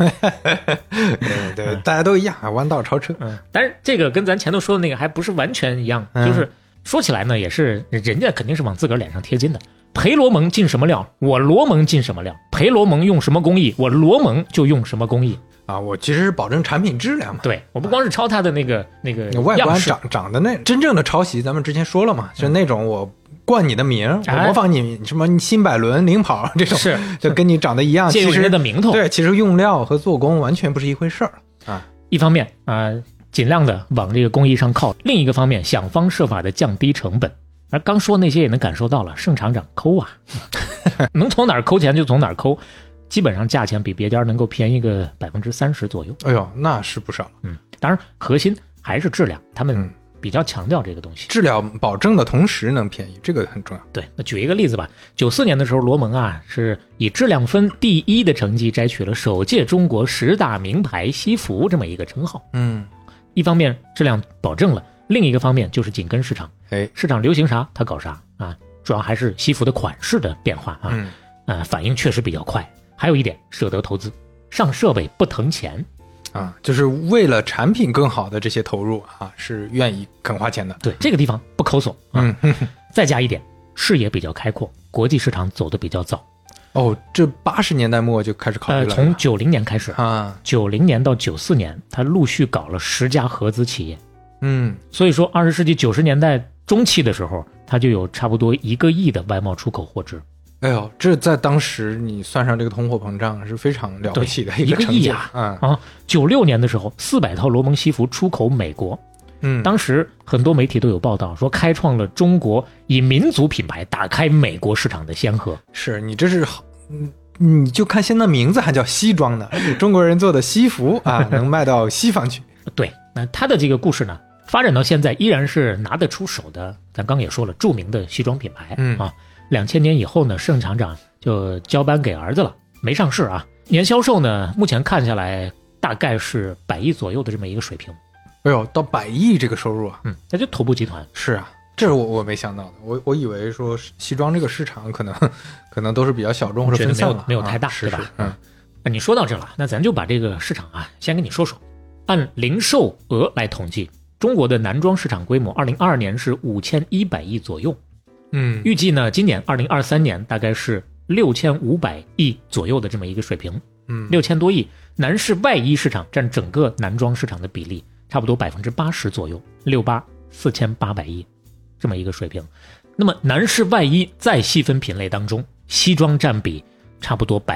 对，大家都一样啊，弯道超车。 但是这个跟咱前头说的那个还不是完全一样，就是说起来呢，也是人家肯定是往自个儿脸上贴金的。培罗蒙进什么料，我罗蒙进什么料；培罗蒙用什么工艺，我罗蒙就用什么工艺。 我其实是保证产品质量嘛。 对，我不光是抄它的那个外观长的那真正的抄袭，咱们之前说了嘛，就那种我冠你的名，我模仿你什么新百伦、领跑这种， 是就跟你长得一样， 借用人家的名头。 对，其实用料和做工完全不是一回事儿啊。 一方面尽量的往这个工艺上靠，另一个方面想方设法的降低成本。而刚说那些也能感受到了，盛厂长抠啊，能从哪儿抠钱就从哪儿抠。基本上价钱比别家能够便宜个30%左右。 哎呦，那是不少。 当然核心还是质量，他们比较强调这个东西。 质量保证的同时能便宜，这个很重要。 对，那举一个例子吧，94年的时候，罗蒙啊是以质量分第1的成绩摘取了首届中国10大名牌西服这么一个称号。一方面质量保证了，另一个方面就是紧跟市场。市场流行啥他搞啥啊，主要还是西服的款式的变化啊。反应确实比较快。还有一点，舍得投资，上设备不腾钱就是为了产品更好的这些投入是愿意肯花钱的。 对，这个地方不抠搜再加一点，视野比较开阔，国际市场走得比较早。 这80年代末就开始考虑了。 从90年开始90年到94年，他陆续搞了10家合资企业。所以说20世纪90年代中期的时候，他就有差不多1个亿的外贸出口货值。 哎呦，这在当时你算上这个通货膨胀是非常了不起的一个成绩 96年的时候，400套罗蒙西服出口美国。当时很多媒体都有报道说，开创了中国以民族品牌打开美国市场的先河。 是你这是你就看现在名字还叫西装呢，中国人做的西服能卖到西方去。 对，那他的这个故事呢，发展到现在依然是拿得出手的。咱刚也说了，著名的西装品牌 2000年以后呢，盛厂长就交班给儿子了，没上市啊。年销售呢，目前看下来大概是100亿左右的这么一个水平。 哎呦，到100亿这个收入啊！ 那就头部集团。 是啊，这是我没想到的。我以为说西装这个市场可能都是比较小众或者分散了， 没有太大，对吧？那你说到这了，那咱就把这个市场啊，先跟你说说。按零售额来统计，中国的男装市场规模2022年是5100亿左右。预计呢，今年2023年大概是6500亿左右的这么一个水平。6000多亿。男士外衣市场占整个男装市场的比例差不多80%左右，484800亿这么一个水平。那么男士外衣再细分品类当中，西装占比差不多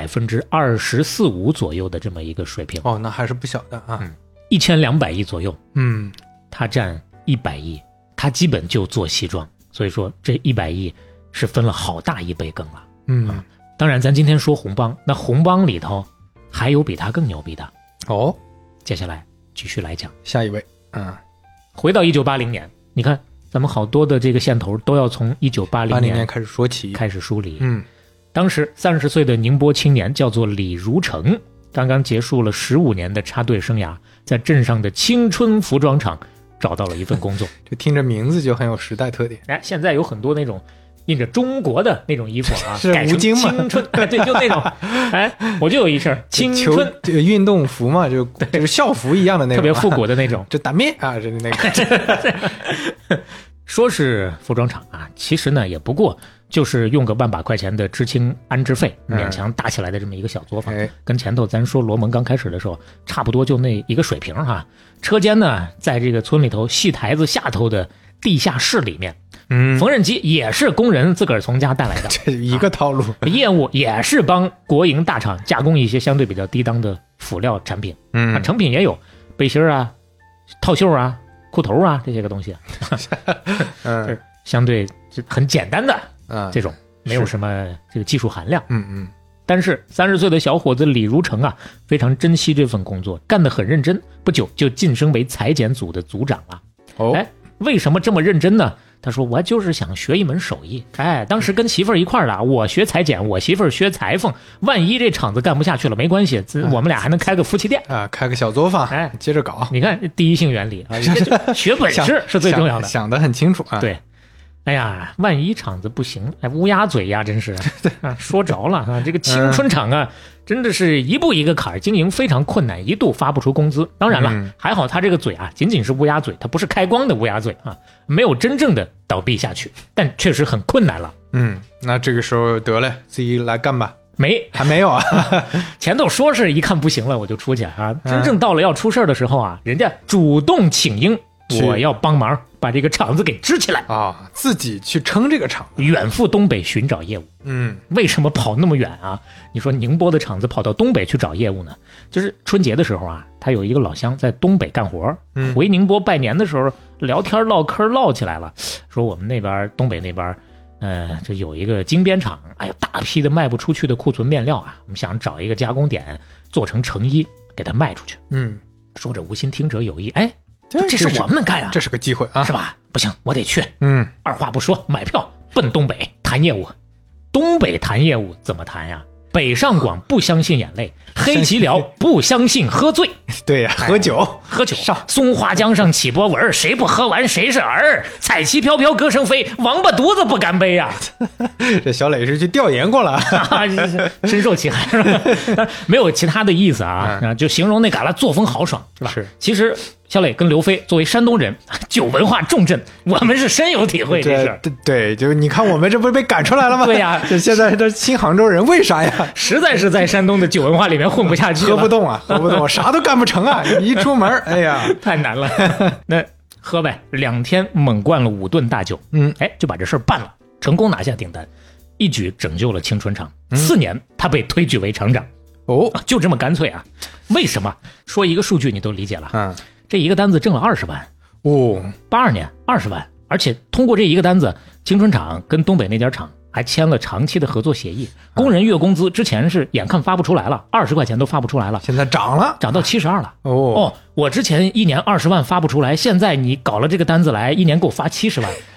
24.45%左右的这么一个水平。 哦，那还是不小的啊。 1200亿左右。它占100亿，它基本就做西装，所以说这100亿是分了好大一杯羹了。当然咱今天说红帮，那红帮里头还有比他更牛逼的哦。 接下来继续来讲下一位。 回到1980年，你看咱们好多的这个线头都要从1980年开始说起， 开始梳理。当时30岁的宁波青年叫做李如成，刚刚结束了15年的插队生涯，在镇上的青春服装厂找到了一份工作。 这听着名字就很有时代特点。 现在有很多那种印着中国的那种衣服啊， 是吴京嘛？ 青春，对，就那种。我就有一身青春这个运动服嘛，就是校服一样的那种， 特别复古的那种。 这打面啊，这那个。 说是服装厂啊，其实呢也不过就是用个万把块钱的知青安置费勉强搭起来的这么一个小作坊。跟前头咱说罗蒙刚开始的时候差不多就那一个水平哈。车间呢在这个村里头戏台子下头的地下室里面。缝纫机也是工人自个儿从家带来的， 这一个套路。 业务也是帮国营大厂加工一些相对比较低档的辅料产品。成品也有背心啊、套袖啊、裤头啊这些个东西。相对很简单的这种，没有什么这个技术含量。但是30岁的小伙子李如成啊，非常珍惜这份工作，干得很认真，不久就晋升为裁剪组的组长了。为什么这么认真呢？他说我就是想学一门手艺。当时跟媳妇儿一块儿的，我学裁剪，我媳妇儿学裁缝，万一这厂子干不下去了没关系，我们俩还能开个夫妻店啊，开个小作坊，接着搞。 你看第一性原理啊，学本事是最重要的， 想得很清楚啊。 对，哎呀，万一厂子不行，乌鸦嘴呀，真是说着了啊！这个青春厂啊，真的是一步一个坎儿，经营非常困难，一度发不出工资。当然了，还好他这个嘴啊，仅仅是乌鸦嘴，他不是开光的乌鸦嘴啊，没有真正的倒闭下去，但确实很困难了。 那这个时候得了，自己来干吧。还没有啊。 前头说是一看不行了我就出去啊，真正到了要出事的时候啊，人家主动请缨，我要帮忙把这个厂子给支起来啊，自己去撑这个厂， 远赴东北寻找业务。为什么跑那么远啊？你说宁波的厂子跑到东北去找业务呢？就是春节的时候啊，他有一个老乡在东北干活，回宁波拜年的时候聊天唠嗑唠起来了，说我们那边东北那边这有一个精编厂，大批的卖不出去的库存面料啊，我们想找一个加工点做成成衣给它卖出去。说者无心听者有意，这是我们能干啊， 这是个机会啊， 是吧？不行，我得去。二话不说，买票奔东北谈业务。东北谈业务怎么谈呀？北上广不相信眼泪，黑吉辽不相信喝醉。 对呀，喝酒， 松花江上起波纹，谁不喝完谁是儿。彩旗飘飘歌声飞，王八犊子不干杯啊！ 这小磊是去调研过了， 深受其害是吧？没有其他的意思啊，就形容那旮旯作风豪爽是吧？ 是， 其实小磊跟刘飞作为山东人，酒文化重镇，我们是深有体会。这事对，就你看我们这不是被赶出来了吗？ 对呀， 这现在这新杭州人为啥呀？ 实在是在山东的酒文化里面混不下去了， 喝不动，啥都干不成啊！一出门，哎呀， 太难了。那喝呗，2天猛灌了5顿大酒，就把这事儿办了，成功拿下订单，一举拯救了青春厂。4年，他被推举为厂长。就这么干脆啊？为什么？说一个数据你都理解了。这一个单子挣了20万。82年20万，而且通过这一个单子，青春厂跟东北那家厂还签了长期的合作协议，工人月工资之前是眼看发不出来了，20块钱都发不出来了， 现在涨到72了。我之前1年20万发不出来，现在你搞了这个单子来，1年给我发70万，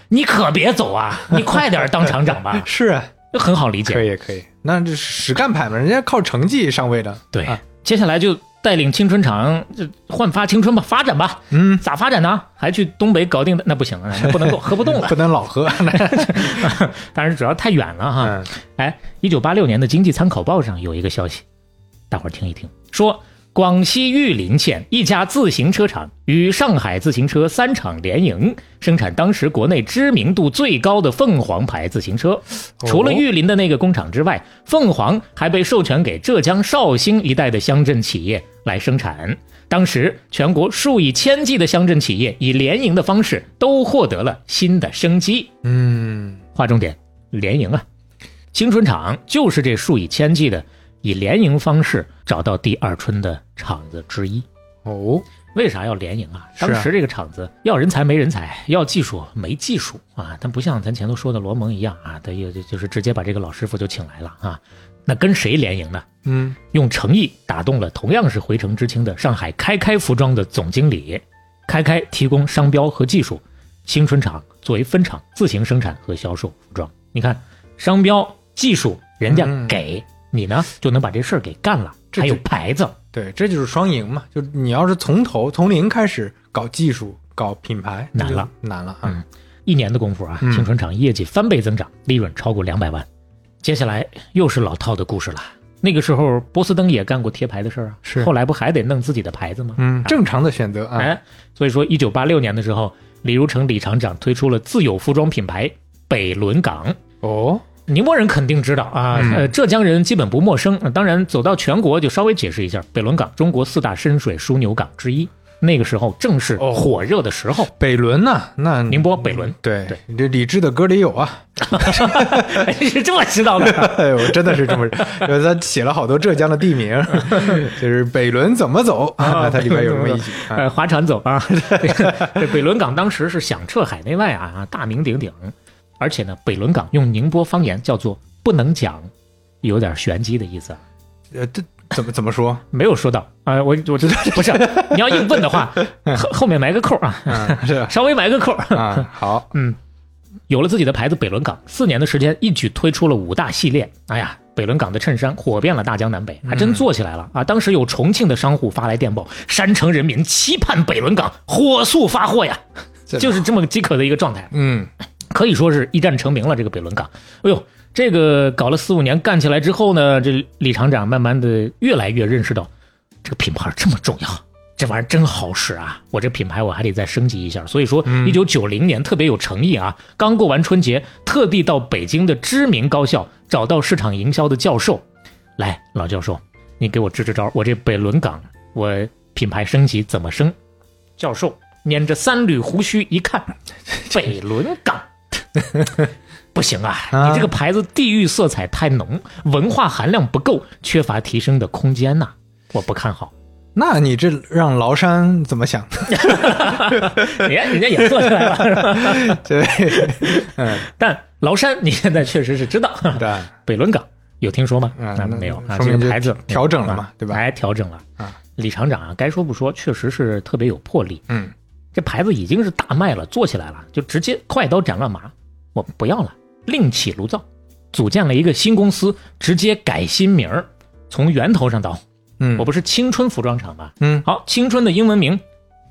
你可别走啊，你快点当厂长吧。 是啊， 很好理解。 可以，那这实干派嘛，人家靠成绩上位的。 对，接下来就带领青春厂焕发青春吧，发展吧。咋发展呢？还去东北搞定的那不行，不能够喝不动了， 不能老喝。 当然主要太远了哈。1986年的经济参考报上有一个消息，大伙儿听一听，说广西玉林县一家自行车厂与上海自行车3厂联营，生产当时国内知名度最高的凤凰牌自行车。除了玉林的那个工厂之外，凤凰还被授权给浙江绍兴一带的乡镇企业来生产。当时全国数以千计的乡镇企业以联营的方式都获得了新的生机。划重点，联营啊，青春厂就是这数以千计的以联营方式找到第二春的厂子之一。为啥要联营啊？当时这个厂子要人才没人才，要技术没技术啊，但不像咱前头说的罗蒙一样啊，他就是直接把这个老师傅就请来了啊。那跟谁联营呢？用诚意打动了同样是回城知青的上海开开服装的总经理。开开提供商标和技术，青春厂作为分厂自行生产和销售服装。你看，商标技术人家给你呢，就能把这事儿给干了，还有牌子。 对，这就是双赢嘛。就你要是从零开始搞技术、搞品牌，难了啊。 1年的功夫啊，青春厂业绩翻倍增长，利润超过200万。接下来又是老套的故事了。那个时候波司登也干过贴牌的事儿啊， 是后来不还得弄自己的牌子吗？ 正常的选择啊。 所以说1986年的时候，李如成李厂长推出了自有服装品牌北仑港。宁波人肯定知道啊，浙江人基本不陌生。当然走到全国就稍微解释一下，北仑港中国4大深水枢纽港之一。那个时候正是火热的时候。 北仑呢？那宁波北仑。 对，这李志的歌里有啊。 你是这么知道的？ 我真的是这么，他写了好多浙江的地名，就是北仑怎么走啊？它里边有这么一句， 划船走啊。这北仑港当时是响彻海内外啊，大名鼎鼎。而且呢，北仑港用宁波方言叫做不能讲，有点玄机的意思。 这怎么说？ 没有说到啊，我知道不是。你要硬问的话，后面埋个扣啊， 是稍微埋个扣啊。好， 有了自己的牌子北仑港，4年的时间一举推出了5大系列。哎呀，北仑港的衬衫火遍了大江南北，还真做起来了啊！当时有重庆的商户发来电报，山城人民期盼北仑港火速发货呀，就是这么饥渴的一个状态。可以说是一战成名了。这个北仑港，哎呦，这个搞了4-5年干起来之后呢，这李厂长慢慢的越来越认识到这个品牌这么重要，这玩意儿真好使啊，我这品牌我还得再升级一下。所以说1990年特别有诚意啊，刚过完春节，特地到北京的知名高校找到市场营销的教授，来，老教授你给我支支招，我这北仑港我品牌升级怎么升？教授捻着3缕胡须一看，北仑港不行啊，你这个牌子地域色彩太浓，文化含量不够，缺乏提升的空间呐，我不看好。 那你这让崂山怎么想？ 人家也做出来了。 对， 但崂山你现在确实是知道。 对， 北仑港有听说吗？没有啊，这个牌子调整了嘛，对吧？ 还调整了啊。李厂长啊，该说不说，确实是特别有魄力。这牌子已经是大卖了，做起来了，就直接快刀斩乱麻，我不要了，另起炉灶，组建了一个新公司，直接改新名儿，从源头上倒。我不是青春服装厂吗？好，青春的英文名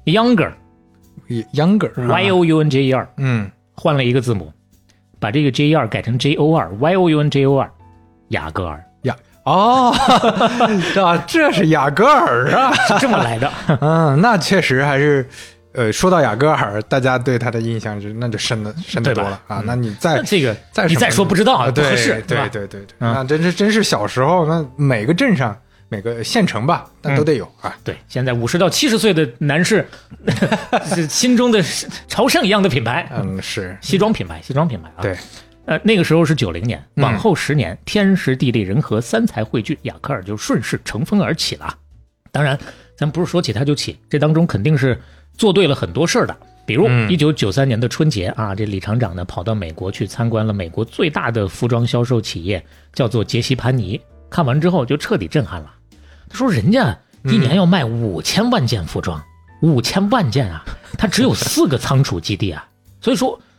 Younger，Y-O-U-N-J-E-R，换了一个字母，把这个 J-E-R 改成 J-O-R，Y-O-U-N-J-O-R， 雅戈尔。 这是雅戈尔啊， 是这么来的。 那确实还是。说到雅戈尔，大家对他的印象那就深得多了啊。那你这个你再说不知道啊，不合适。 对，那真是小时候，那每个镇上每个县城吧，那都得有啊。 对，现在50到70岁的男士是心中的朝圣一样的品牌。 是西装品牌啊。 对， 那个时候是90年，往后10年，天时地利人和三才汇聚，雅戈尔就顺势乘风而起了。当然，咱不是说起它就起，这当中肯定是做对了很多事儿的。比如1993年的春节啊，这李厂长呢跑到美国去参观了美国最大的服装销售企业，叫做杰西潘尼。看完之后就彻底震撼了。他说人家一年要卖5000万件服装，5000万件啊，他只有4个仓储基地啊。所以说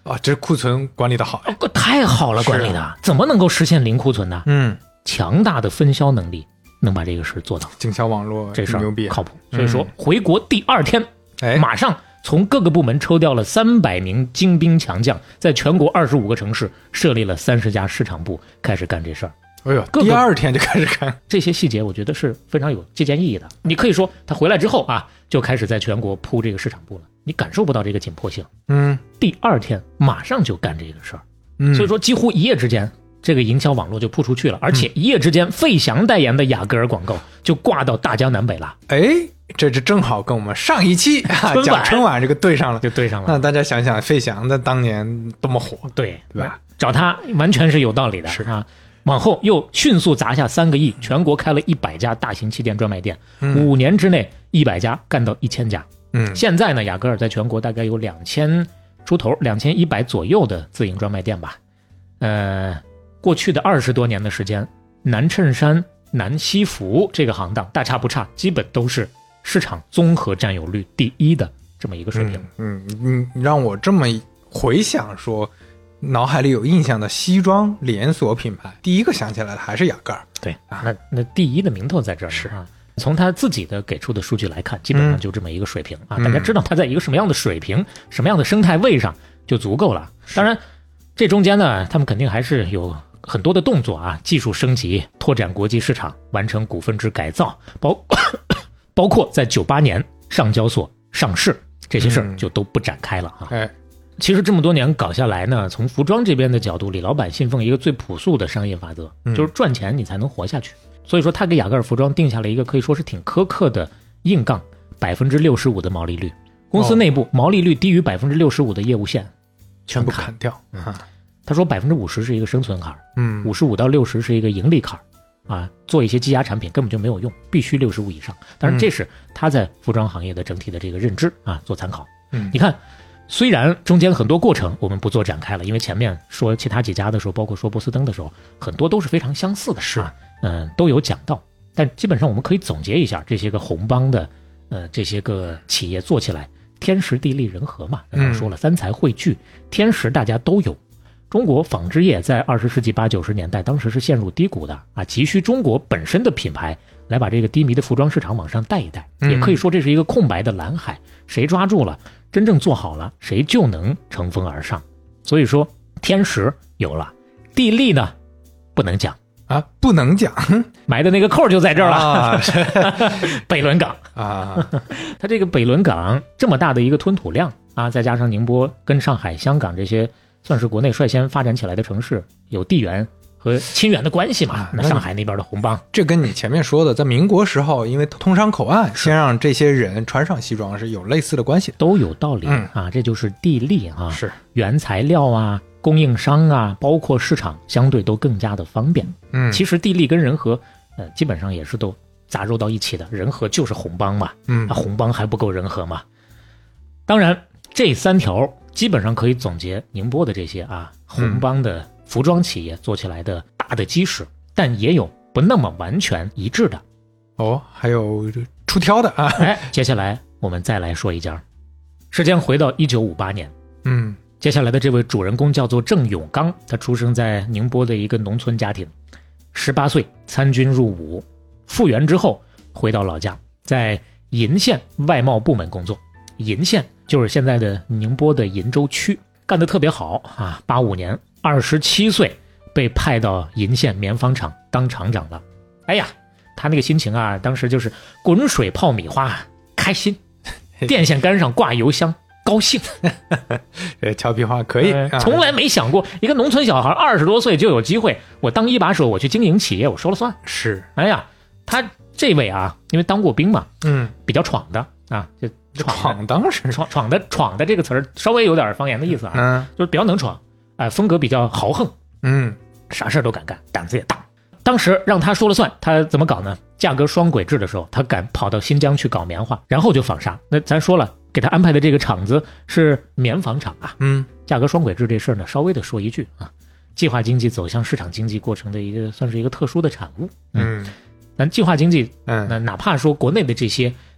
这库存管理的好， 太好了，管理的怎么能够实现零库存呢？强大的分销能力能把这个事做到， 经销网络这事牛逼， 靠谱。所以说回国第2天，马上从各个部门抽调了300名精兵强将，在全国25个城市设立了30家市场部，开始干这事儿。 哎呦，第2天就开始干， 这些细节我觉得是非常有借鉴意义的。你可以说他回来之后啊，就开始在全国铺这个市场部了，你感受不到这个紧迫性。第2天马上就干这个事儿，所以说几乎一夜之间，这个营销网络就铺出去了，而且一夜之间，费翔代言的雅戈尔广告就挂到大江南北了。 这正好跟我们上一期讲春晚这个对上了， 就对上了。 那大家想想，费翔在当年多么火， 对吧？ 找他完全是有道理的， 是啊。往后又迅速砸下3个亿，全国开了100家大型气垫专卖店，5年之内100家干到1000家。现在呢，雅戈尔在全国大概有2000出头，2100左右的自营专卖店吧。过去的20多年的时间，男衬衫、男西服这个行当大差不差，基本都是市场综合占有率第1的这么一个水平。 你让我这么回想说，脑海里有印象的西装连锁品牌，第一个想起来的还是雅戈尔。 对那第1的名头在这儿是啊。从他自己的给出的数据来看，基本上就这么一个水平啊。大家知道他在一个什么样的水平、什么样的生态位上就足够了。当然，这中间呢，他们肯定还是有很多的动作啊，技术升级、拓展国际市场、完成股份制改造，包括在98年上交所上市这些事儿就都不展开了啊。其实这么多年搞下来呢，从服装这边的角度，李老板信奉一个最朴素的商业法则，就是赚钱你才能活下去。所以说他给雅戈尔服装定下了一个可以说是挺苛刻的硬杠，65%的毛利率。公司内部毛利率低于65%的业务线全部砍掉。 他说50%是一个生存坎，55到60是一个盈利坎啊。做一些积压产品根本就没有用，必须65以上。当然这是他在服装行业的整体的这个认知啊，做参考。你看。虽然中间很多过程我们不做展开了，因为前面说其他几家的时候，包括说波司登的时候，很多都是非常相似的，是都有讲到。但基本上我们可以总结一下，这些个红帮的这些个企业做起来，天时地利人和嘛。刚刚说了3才汇聚，天时大家都有。中国纺织业在20世纪80、90年代当时是陷入低谷的啊，急需中国本身的品牌来把这个低迷的服装市场往上带一带。也可以说这是一个空白的蓝海，谁抓住了真正做好了，谁就能乘风而上。所以说天时有了，地利呢不能讲啊，不能讲， 埋的那个扣就在这儿了。北仑港啊， 它这个北仑港这么大的一个吞吐量啊，再加上宁波跟上海、香港这些算是国内率先发展起来的城市，有地缘和亲缘的关系嘛。那上海那边的红帮， 这跟你前面说的在民国时候因为通商口岸先让这些人穿上西装是有类似的关系的， 都有道理啊。这就是地利啊， 是原材料啊、供应商啊，包括市场相对都更加的方便。其实地利跟人和基本上也是都杂糅到一起的，人和就是红帮嘛。红帮还不够人和嘛。当然这3条基本上可以总结宁波的这些红帮的服装企业做起来的大的基石，但也有不那么完全一致的还有出挑的啊。 接下来我们再来说一家。时间回到1958年，接下来的这位主人公叫做郑永刚，他出生在宁波的一个农村家庭，18岁参军入伍，复员之后回到老家，在鄞县外贸部门工作。鄞县就是现在的宁波的鄞州区，干得特别好啊！85年27岁被派到鄞县棉纺厂当厂长了。哎呀，他那个心情啊，当时就是滚水泡米花，开心；电线杆上挂油箱，高兴。 俏皮话可以， 从来没想过一个农村小孩20多岁就有机会，我当一把手，我去经营企业，我说了算。 是， 哎呀，他这位啊，因为当过兵嘛，比较闯的啊，就闯当时闯的这个词儿稍微有点方言的意思啊，就是比较能闯，风格比较豪横，啥事都敢干，胆子也大。当时让他说了算，他怎么搞呢？价格双轨制的时候，他敢跑到新疆去搞棉花，然后就纺纱。那咱说了，给他安排的这个厂子是棉纺厂啊。价格双轨制这事儿呢，稍微的说一句啊，计划经济走向市场经济过程的一个算是一个特殊的产物。咱计划经济，那哪怕说国内的这些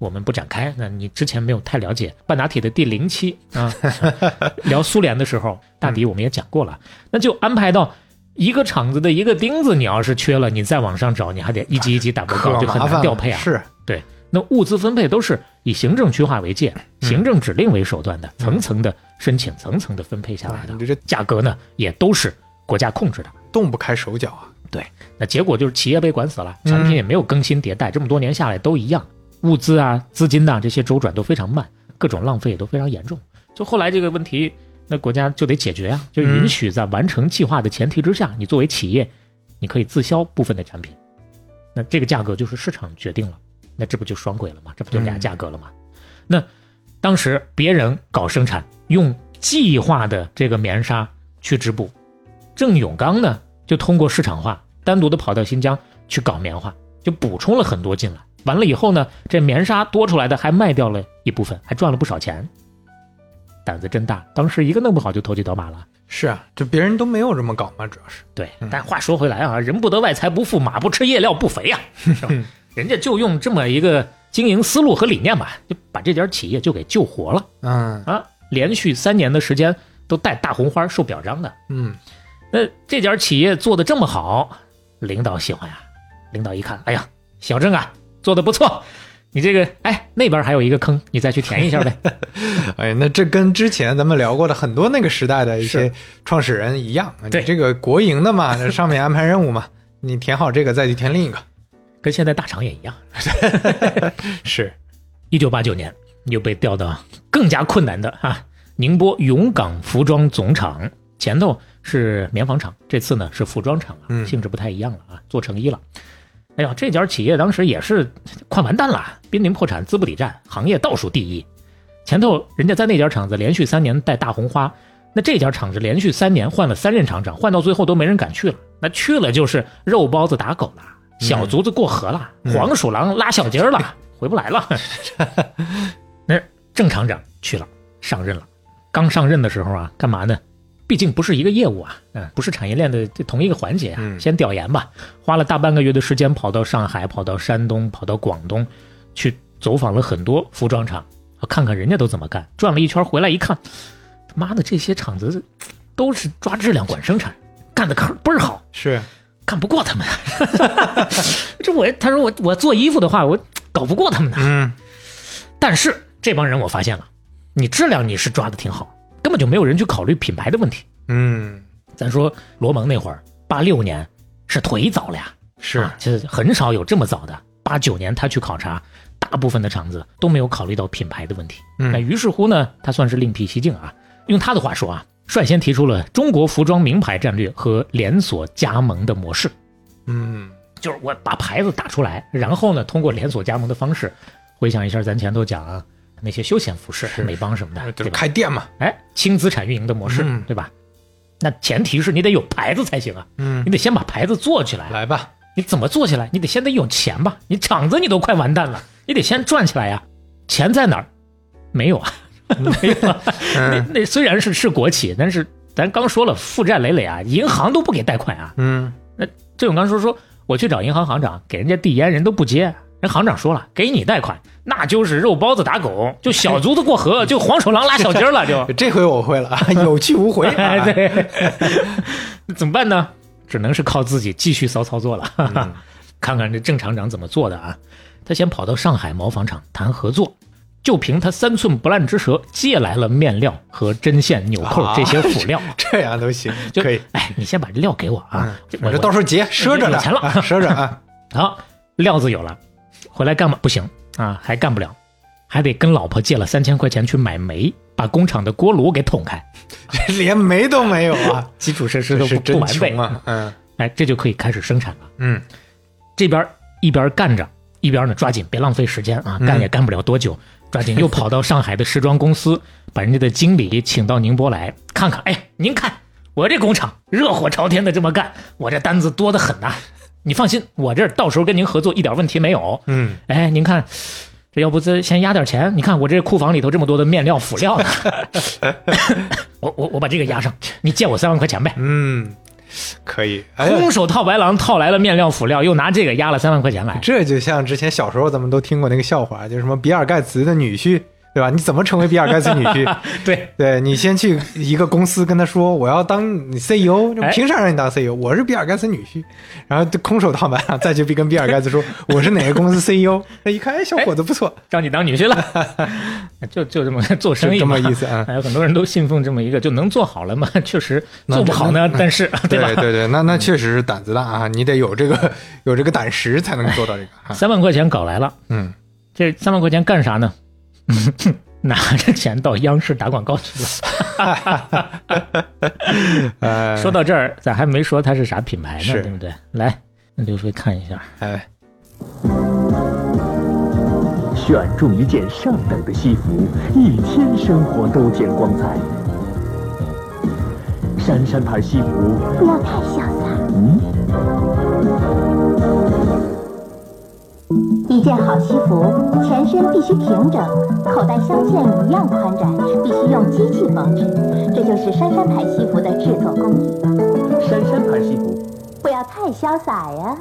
我们不展开。那你之前没有太了解半导体的第0期啊，聊苏联的时候，大抵我们也讲过了。那就安排到一个厂子的一个钉子，你要是缺了，你再往上找，你还得一级一级打报告，就很难调配啊。 是， 对。那物资分配都是以行政区划为界，行政指令为手段的，层层的申请，层层的分配下来的。 这价格呢，也都是国家控制的， 动不开手脚啊。 对，那结果就是企业被管死了，产品也没有更新迭代，这么多年下来都一样，物资啊、资金啊这些周转都非常慢，各种浪费也都非常严重。就后来这个问题，那国家就得解决啊，就允许在完成计划的前提之下，你作为企业，你可以自销部分的产品，那这个价格就是市场决定了，那这不就双轨了吗？这不就俩价格了吗？那当时别人搞生产，用计划的这个棉纱去织布，郑永刚呢就通过市场化，单独的跑到新疆去搞棉花，就补充了很多进来。完了以后呢，这棉纱多出来的还卖掉了一部分，还赚了不少钱。胆子真大，当时一个弄不好就投机倒把了。 是啊，这别人都没有这么搞嘛，主要是。 对，但话说回来啊，人不得外财不富，马不吃夜料不肥啊，是吧？人家就用这么一个经营思路和理念吧，就把这家企业就给救活了。连续3年的时间都带大红花受表彰的。那这家企业做的这么好，领导喜欢呀。领导一看，哎呀，小郑啊，做的不错，你这个那边还有一个坑，你再去填一下呗。 那这跟之前咱们聊过的很多那个时代的一些创始人一样， 对， 这个国营的嘛，上面安排任务嘛，你填好这个再去填另一个， 跟现在大厂也一样。 是 1989年又被调到更加困难的宁波永港服装总厂，前头是棉纺厂，这次呢是服装厂了，性质不太一样了啊，做成衣了。哎呀，这家企业当时也是快完蛋了，濒临破产，资不抵债，行业倒数第一。前头人家在那家厂子连续3年带大红花，那这家厂子连续3年换了3任厂长，换到最后都没人敢去了。那去了就是肉包子打狗了，小卒子过河了，黄鼠狼拉小鸡儿了，回不来了。那郑厂长去了，上任了。刚上任的时候啊，干嘛呢？毕竟不是一个业务啊，不是产业链的同一个环节啊，先调研吧。花了大半个月的时间，跑到上海，跑到山东，跑到广东，去走访了很多服装厂，看看人家都怎么干。转了一圈回来一看，他妈的这些厂子都是抓质量管生产，干的倍儿好， 是干不过他们。他说我做衣服的话，我搞不过他们的。但是这帮人我发现了，你质量你是抓的挺好。根本就没有人去考虑品牌的问题。咱说罗蒙那会儿86年是忒早了呀， 是其实很少有这么早的。89年他去考察，大部分的厂子都没有考虑到品牌的问题。那于是乎呢，他算是另辟蹊径啊。用他的话说啊，率先提出了中国服装名牌战略和连锁加盟的模式。就是我把牌子打出来，然后呢，通过连锁加盟的方式，回想一下咱前头讲啊。那些休闲服饰、美邦什么的， 就是开店嘛， 轻资产运营的模式，对吧？那前提是你得有牌子才行啊，你得先把牌子做起来。 来吧， 你怎么做起来？你得先得有钱吧？你厂子你都快完蛋了，你得先赚起来呀。钱在哪儿？没有啊，没有啊。那虽然是国企，但是咱刚说了，负债累累啊，银行都不给贷款啊。那郑永刚说我去找银行行长，给人家递烟，人都不接。人行长说了，给你贷款，那就是肉包子打狗，就小卒子过河，就黄鼠狼拉小鸡了，就这回我会了，有去无回。 对，怎么办呢？只能是靠自己继续骚操作了。看看这郑厂长怎么做的啊？他先跑到上海毛纺厂谈合作，就凭他3寸不烂之舌，借来了面料和针线、纽扣这些辅料。 这样都行， 就可以。 你先把这料给我啊， 我这到时候结，赊着有钱了， 赊着啊。 好，料子有了。回来干嘛不行啊，还干不了，还得跟老婆借了3000块钱去买煤，把工厂的锅炉给捅开。 连煤都没有啊， 基础设施都不完备啊。 这就可以开始生产了。这边一边干着，一边呢抓紧别浪费时间啊，干也干不了多久，抓紧又跑到上海的时装公司，把人家的经理请到宁波来看看。您看我这工厂热火朝天的这么干，我这单子多得很呐。你放心，我这儿到时候跟您合作一点问题没有。您看，这要不先压点钱？你看我这库房里头这么多的面料辅料呢，我把这个压上，你借我3万块钱呗。 可以， 空手套白狼，套来了面料辅料，又拿这个压了3万块钱来。 这就像之前小时候咱们都听过那个笑话，就是什么比尔盖茨的女婿，对吧？你怎么成为比尔盖茨女婿？对，你先去一个公司跟他说我要当你 CEO， 凭啥让你当 CEO？ 我是比尔盖茨女婿，然后空手套白狼，再去跟比尔盖茨说我是哪个公司 CEO， 他一看，小伙子不错， 让你当女婿了，就这么做生意这么意思啊。 还有很多人都信奉这么一个，就能做好了嘛？确实做不好呢，但是对吧？ 对，那确实是胆子大啊，你得有这个胆识才能做到这个。 3万块钱搞来了，这3万块钱干啥呢？拿着钱到央视打广告去了。说到这儿，咱还没说它是啥品牌呢，对不对？来，刘飞看一下。 选中一件上等的西服，一天生活都见光彩。珊珊牌西服， 不要太潇洒。一件好西服，前身必须平整，口袋镶嵌一样宽展，必须用机器缝制，这就是珊珊牌西服的制作工艺。 珊珊牌西服， 不要太潇洒呀。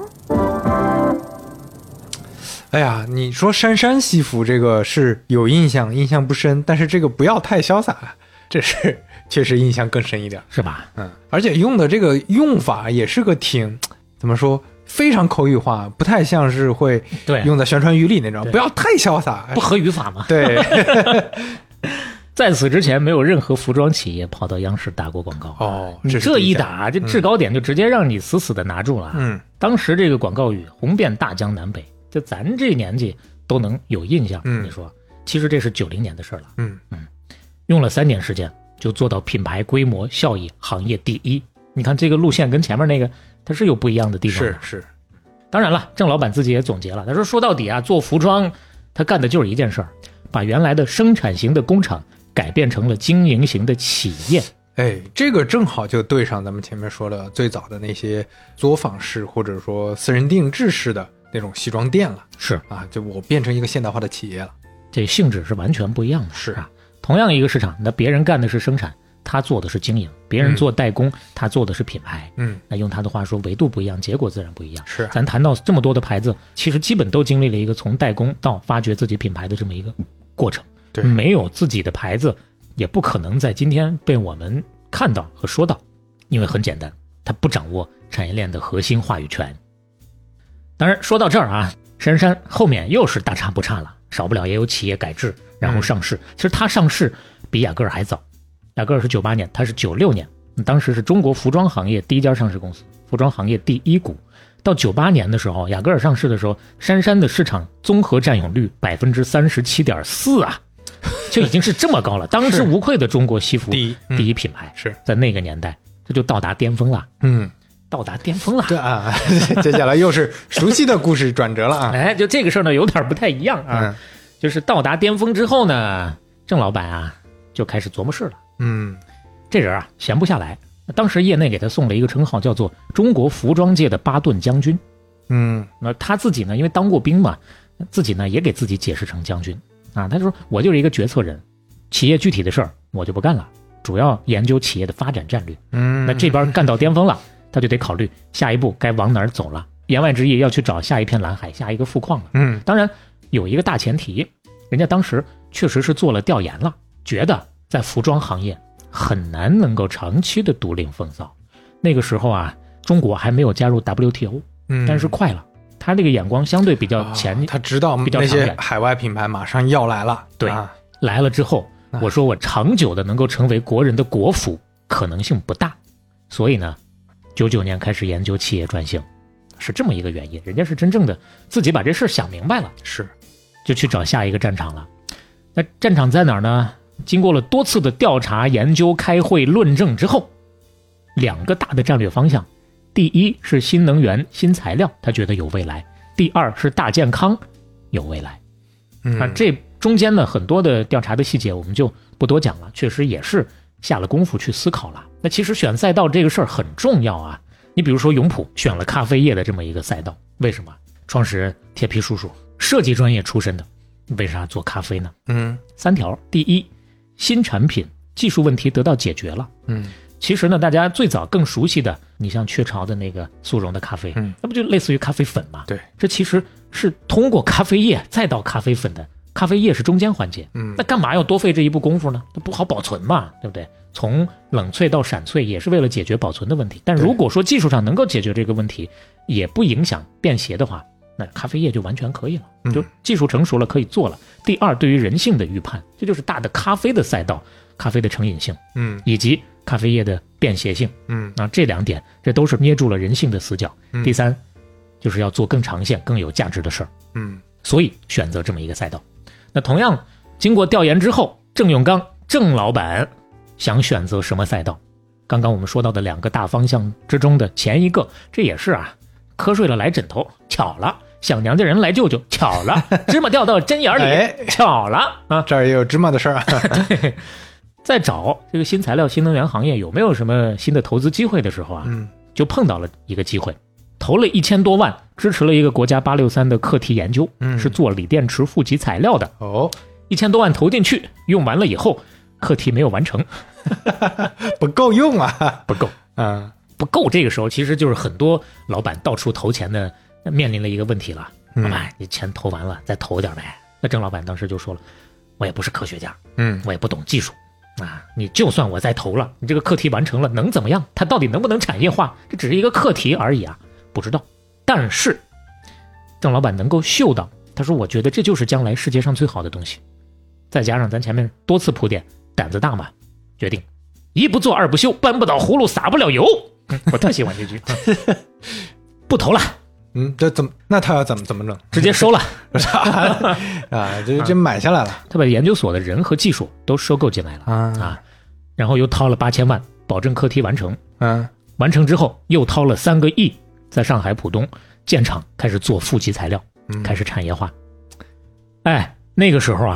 哎呀，你说珊珊西服这个是有印象不深，但是这个不要太潇洒，这是确实印象更深一点， 是吧？ 而且用的这个用法也是个挺怎么说？非常口语化，不太像是会用在宣传语里那种，不要太潇洒， 不合语法嘛。 对。 在此之前，没有任何服装企业跑到央视打过广告。你这一打，这制高点就直接让你死死的拿住了。当时这个广告语红遍大江南北，就咱这年纪都能有印象。你说，其实这是90年的事了。用了3年时间就做到品牌规模效益行业第1。你看这个路线跟前面那个。它是有不一样的地方的。 是， 当然了，郑老板自己也总结了，他说到底啊，做服装他干的就是一件事儿，把原来的生产型的工厂改变成了经营型的企业。 这个正好就对上咱们前面说的最早的那些作坊式或者说私人定制式的那种西装店了。 是啊，就我变成一个现代化的企业了， 这性质是完全不一样的。 是啊，同样一个市场，那别人干的是生产，他做的是经营，别人做代工，他做的是品牌。那用他的话说，维度不一样，结果自然不一样。 是， 咱谈到这么多的牌子，其实基本都经历了一个从代工到发掘自己品牌的这么一个过程。 对， 没有自己的牌子，也不可能在今天被我们看到和说到，因为很简单，他不掌握产业链的核心话语权。当然，说到这儿啊，珊珊后面又是大差不差了，少不了也有企业改制，然后上市。其实他上市比雅戈尔还早。雅戈尔是98年，他是96年，当时是中国服装行业第一家上市公司，服装行业第1股。到98年的时候，雅戈尔上市的时候，珊珊的市场综合占有率 37.4% 啊，就已经是这么高了，当之无愧的中国西服第一品牌。 是在那个年代，这就到达巅峰了。到达巅峰了。 对啊，接下来又是熟悉的故事转折了啊。 就这个事儿呢，有点不太一样啊。就是到达巅峰之后呢，郑老板啊就开始琢磨事了。这人啊闲不下来，当时业内给他送了一个称号，叫做中国服装界的巴顿将军。那他自己呢，因为当过兵嘛，自己呢也给自己解释成将军啊。他说我就是一个决策人，企业具体的事儿我就不干了，主要研究企业的发展战略。那这边干到巅峰了，他就得考虑下一步该往哪儿走了。言外之意要去找下一片蓝海，下一个富矿了。当然有一个大前提，人家当时确实是做了调研了，觉得在服装行业很难能够长期的独领风骚。那个时候啊，中国还没有加入 WTO，但是快了，他这个眼光相对比较前， 他知道那些海外品牌马上要来了。 对，来了之后，我说我长久的能够成为国人的国服可能性不大，所以呢，99年开始研究企业转型，是这么一个原因。人家是真正的自己把这事想明白了， 是， 就去找下一个战场了。那战场在哪儿呢？经过了多次的调查、研究、开会、论证之后，2个大的战略方向，第一是新能源、新材料，他觉得有未来；第二是大健康，有未来。这中间呢很多的调查的细节我们就不多讲了，确实也是下了功夫去思考了。那其实选赛道这个事儿很重要啊。你比如说永璞选了咖啡业的这么一个赛道，为什么？创始人铁皮叔叔设计专业出身的，为啥做咖啡呢？3条。第一，新产品技术问题得到解决了。 其实呢，大家最早更熟悉的，你像雀巢的那个速溶的咖啡，那不就类似于咖啡粉吗？ 对， 这其实是通过咖啡液再到咖啡粉的，咖啡液是中间环节。那干嘛要多费这一步功夫呢？它不好保存嘛，对不对？从冷萃到闪萃也是为了解决保存的问题。但如果说技术上能够解决这个问题，也不影响便携的话，那咖啡液就完全可以了，就技术成熟了，可以做了。第二，对于人性的预判，这就是大的咖啡的赛道，咖啡的成瘾性，以及咖啡液的便携性，这2点，这都是捏住了人性的死角。第三，就是要做更长线、更有价值的事儿，所以选择这么一个赛道。那同样，经过调研之后，郑永刚郑老板想选择什么赛道？刚刚我们说到的2个大方向之中的前一个，这也是瞌睡了来枕头，巧了；想娘家人来舅舅，巧了；芝麻掉到针眼里，巧了啊！ 这儿也有芝麻的事儿啊。 对，在找这个新材料、新能源行业有没有什么新的投资机会的时候就碰到了一个机会，投了1000多万，支持了一个国家863的课题研究，是做锂电池负极材料的。1000多万投进去，用完了以后，课题没有完成， 不够用啊， 不够。不够，这个时候其实就是很多老板到处投钱的面临了一个问题了。你钱投完了，再投点呗。那郑老板当时就说了，我也不是科学家，我也不懂技术你就算我再投了，你这个课题完成了，能怎么样？它到底能不能产业化？这只是一个课题而已不知道。但是郑老板能够嗅到，他说我觉得这就是将来世界上最好的东西。再加上咱前面多次铺垫，胆子大嘛，决定一不做二不休，搬不倒葫芦撒不了油。我特喜欢这句。不投了。 这那他要怎么整？ 直接收了这买下来了。 他把研究所的人和技术都收购进来了然后又掏了8000万，保证课题完成。完成之后又掏了3个亿，在上海浦东建厂，开始做负极材料，开始产业化。那个时候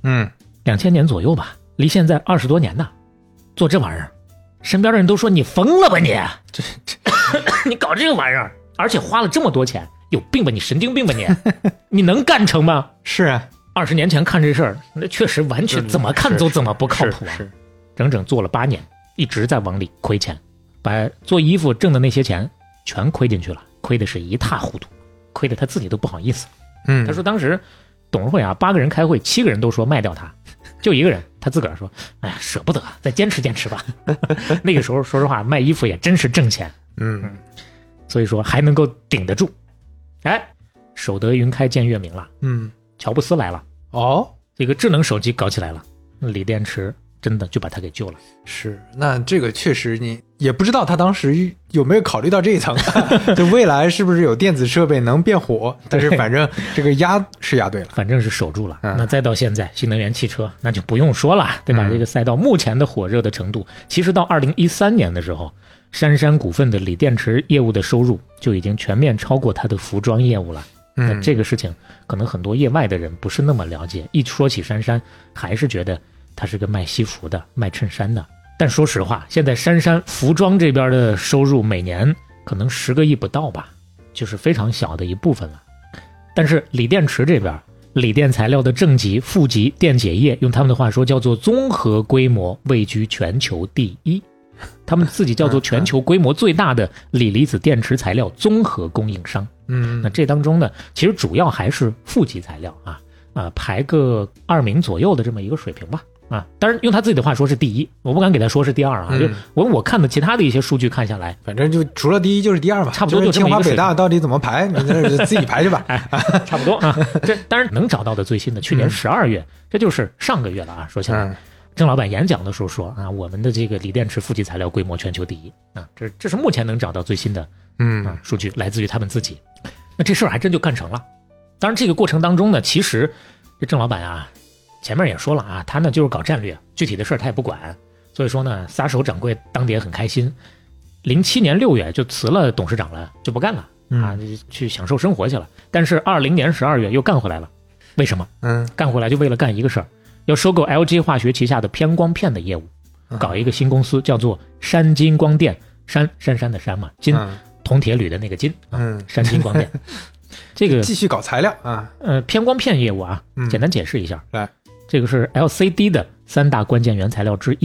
2000年左右吧，离现在20多年呢，做这玩意儿，身边的人都说你疯了吧你，你搞这个玩意儿，而且花了这么多钱，有病吧你，神经病吧你，你能干成吗？ 是啊 ，20年前看这事儿，那确实完全怎么看都怎么不靠谱是整整做了8年，一直在往里亏钱，把做衣服挣的那些钱全亏进去了，亏的是一塌糊涂，亏的他自己都不好意思。他说当时董事会8个人开会，7个人都说卖掉他，就1个人他自个儿说，哎呀舍不得，再坚持坚持吧。那个时候说实话卖衣服也真是挣钱，所以说还能够顶得住。守得云开见月明了，乔布斯来了，这个智能手机搞起来了，锂电池真的就把他给救了。 是，那这个确实你也不知道他当时有没有考虑到这一层，就未来是不是有电子设备能变火，但是反正这个压是压对了， 反正是守住了。那再到现在新能源汽车那就不用说了，对吧？这个赛道目前的火热的程度，其实到2013年的时候，杉杉股份的锂电池业务的收入就已经全面超过它的服装业务了。那这个事情可能很多业外的人不是那么了解，一说起杉杉还是觉得他是个卖西服的，卖衬衫的。但说实话，现在杉杉服装这边的收入每年可能10个亿不到吧，就是非常小的一部分了。但是锂电池这边，锂电材料的正极、负极电解液，用他们的话说叫做综合规模位居全球第1，他们自己叫做全球规模最大的锂离子电池材料综合供应商。那这当中呢，其实主要还是负极材料排个2名左右的这么一个水平吧。当然用他自己的话说是第1，我不敢给他说是第2就我看的其他的一些数据看下来， 反正就除了第1就是第2吧， 差不多就清华北大到底怎么排，你在这自己排去吧。 差不多这当然能找到的最新的，去年12月，这就是上个月了说起来。郑老板演讲的时候说我们的这个锂电池负极材料规模全球第1这是目前能找到最新的数据，来自于他们自己。那这事儿还真就干成了。当然这个过程当中呢，其实这郑老板前面也说了他呢就是搞战略，具体的事儿他也不管，所以说呢撒手掌柜当得也很开心。07年6月就辞了董事长了，就不干了去享受生活去了。但是20年12月又干回来了。为什么？干回来就为了干一个事儿，要收购 LG 化学旗下的偏光片的业务，搞一个新公司叫做山金光电，杉杉的杉嘛，金铜铁铝的那个金山金光电。这个继续搞材料偏光片业务简单解释一下。 来， 这个是 LCD 的3大关键原材料之一，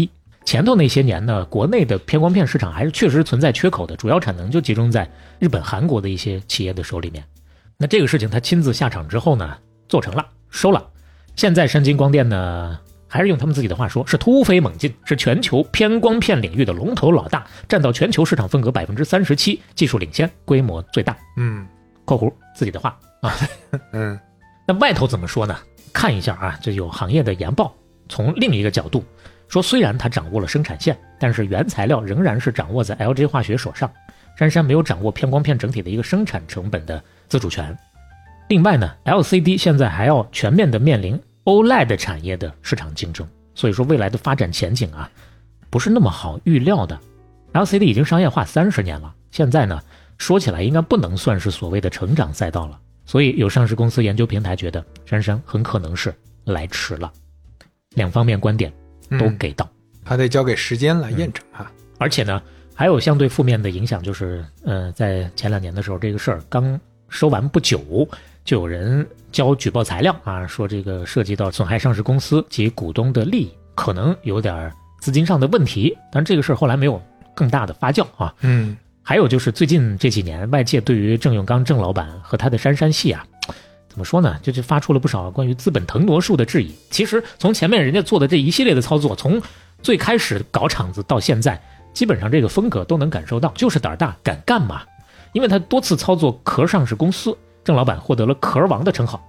前头那些年呢，国内的偏光片市场还是确实存在缺口的，主要产能就集中在日本、韩国的一些企业的手里面。那这个事情他亲自下场之后呢，做成了，收了。现在山金光电呢，还是用他们自己的话说，是突飞猛进，是全球偏光片领域的龙头老大，占到全球市场份额 37%， 技术领先，规模最大。括弧自己的话啊。那外头怎么说呢？看一下啊，就有行业的研报，从另一个角度说，虽然他掌握了生产线，但是原材料仍然是掌握在 LG 化学手上，杉杉没有掌握偏光片整体的一个生产成本的自主权。另外呢 LCD 现在还要全面的面临 OLED 产业的市场竞争，所以说未来的发展前景啊，不是那么好预料的。LCD 已经商业化30年了，现在呢说起来应该不能算是所谓的成长赛道了，所以有上市公司研究平台觉得杉杉很可能是来迟了。两方面观点都给到， 还得交给时间来验证哈。 而且呢还有相对负面的影响，就是在前2年的时候，这个事儿刚收完不久，就有人交举报材料啊，说这个涉及到损害上市公司及股东的利益，可能有点资金上的问题。但这个事儿后来没有更大的发酵啊。还有就是最近这几年，外界对于郑永刚郑老板和他的杉杉系啊，怎么说呢，就是发出了不少关于资本腾挪术的质疑。其实从前面人家做的这一系列的操作，从最开始搞厂子到现在，基本上这个风格都能感受到，就是胆大敢干嘛。因为他多次操作壳上市公司，郑老板获得了壳王的称号。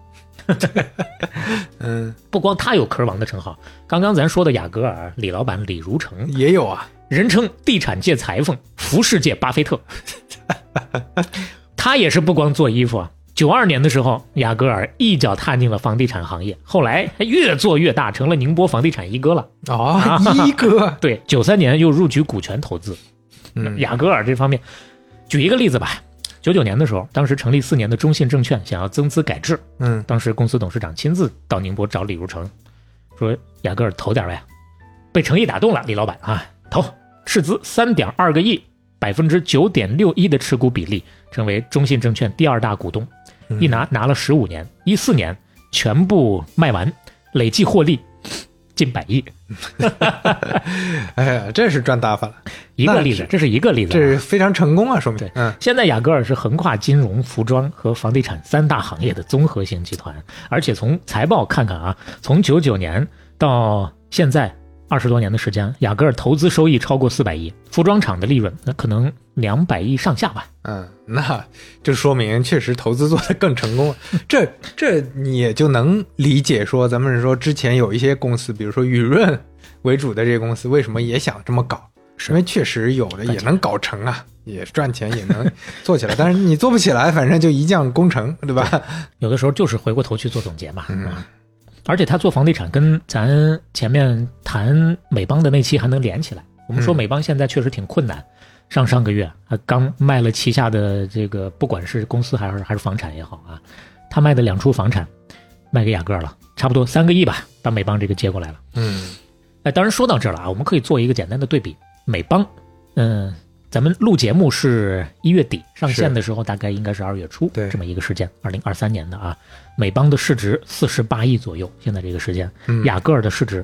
不光他有壳王的称号，刚刚咱说的雅戈尔李老板李如成也有啊， 人称地产界裁缝，服饰界巴菲特。他也是不光做衣服啊。92年的时候，雅戈尔一脚踏进了房地产行业，后来越做越大，成了宁波房地产一哥了。 一哥。 对，93年又入局股权投资。雅戈尔这方面，举一个例子吧。99年的时候，当时成立4年的中信证券想要增资改制，当时公司董事长亲自到宁波找李如成，说雅戈尔投点呗，被诚意打动了，李老板啊，投，斥资3.2个亿，9.61%的持股比例，成为中信证券第2大股东，一拿了15年，14年全部卖完，累计获利近100亿。 哎呀，这是赚大发了。 一个例子，这是一个例子， 这是非常成功啊，说明。 对，现在雅戈尔是横跨金融、服装和房地产3大行业的综合性集团，而且从财报看看啊，从99年到现在20多年的时间，雅戈尔投资收益超过400亿，服装厂的利润那可能200亿上下吧。 那就说明确实投资做得更成功了。这你也就能理解说，咱们说之前有一些公司，比如说雨润为主的这些公司，为什么也想这么搞？因为确实有的也能搞成啊，也赚钱，也能做起来。但是你做不起来，反正就一将功成，对吧？ 有的时候就是回过头去做总结嘛。而且他做房地产跟咱前面谈美邦的那期还能连起来。我们说美邦现在确实挺困难，上个月刚卖了旗下的这个，不管是公司还是房产也好啊，他卖的2处房产卖给雅戈尔了，差不多3个亿吧，把美邦这个接过来了。当然说到这儿了啊，我们可以做一个简单的对比。美邦咱们录节目是1月底，上线的时候大概应该是2月初，这么一个时间，2023年的啊。美邦的市值48亿左右，现在这个时间，雅戈尔的市值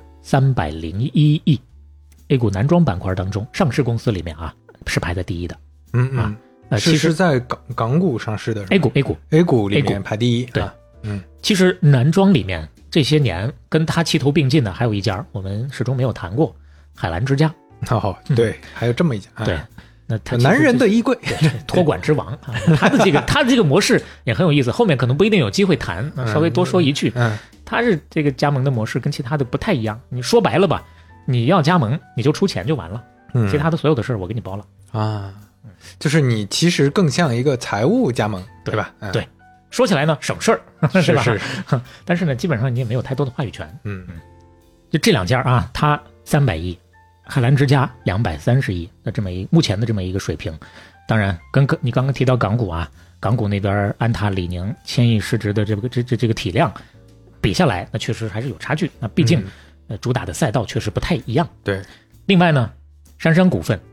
301亿，A 股男装板块当中上市公司里面啊是排在第一的。 其实在港股上市的 A 股里面排第一。 对，其实男装里面这些年跟它齐头并进的还有一家，我们始终没有谈过，海澜之家。 对，还有这么一家。 对，那他男人的衣柜， 托管之王啊，他的这个模式也很有意思，后面可能不一定有机会谈，稍微多说一句，他是这个加盟的模式跟其他的不太一样。你说白了吧，你要加盟你就出钱就完了，其他的所有的事我给你包了啊。就是你其实更像一个财务加盟，对吧？ 对，说起来呢省事儿，是吧？是。但是呢，基本上你也没有太多的话语权。就这2家啊，他300亿。海澜之家230亿的这么目前的这么一个水平。当然跟你刚刚提到港股啊，港股那边安踏李宁1000亿市值的这个体量比下来，那确实还是有差距。那毕竟主打的赛道确实不太一样。 对。 另外呢，杉杉股份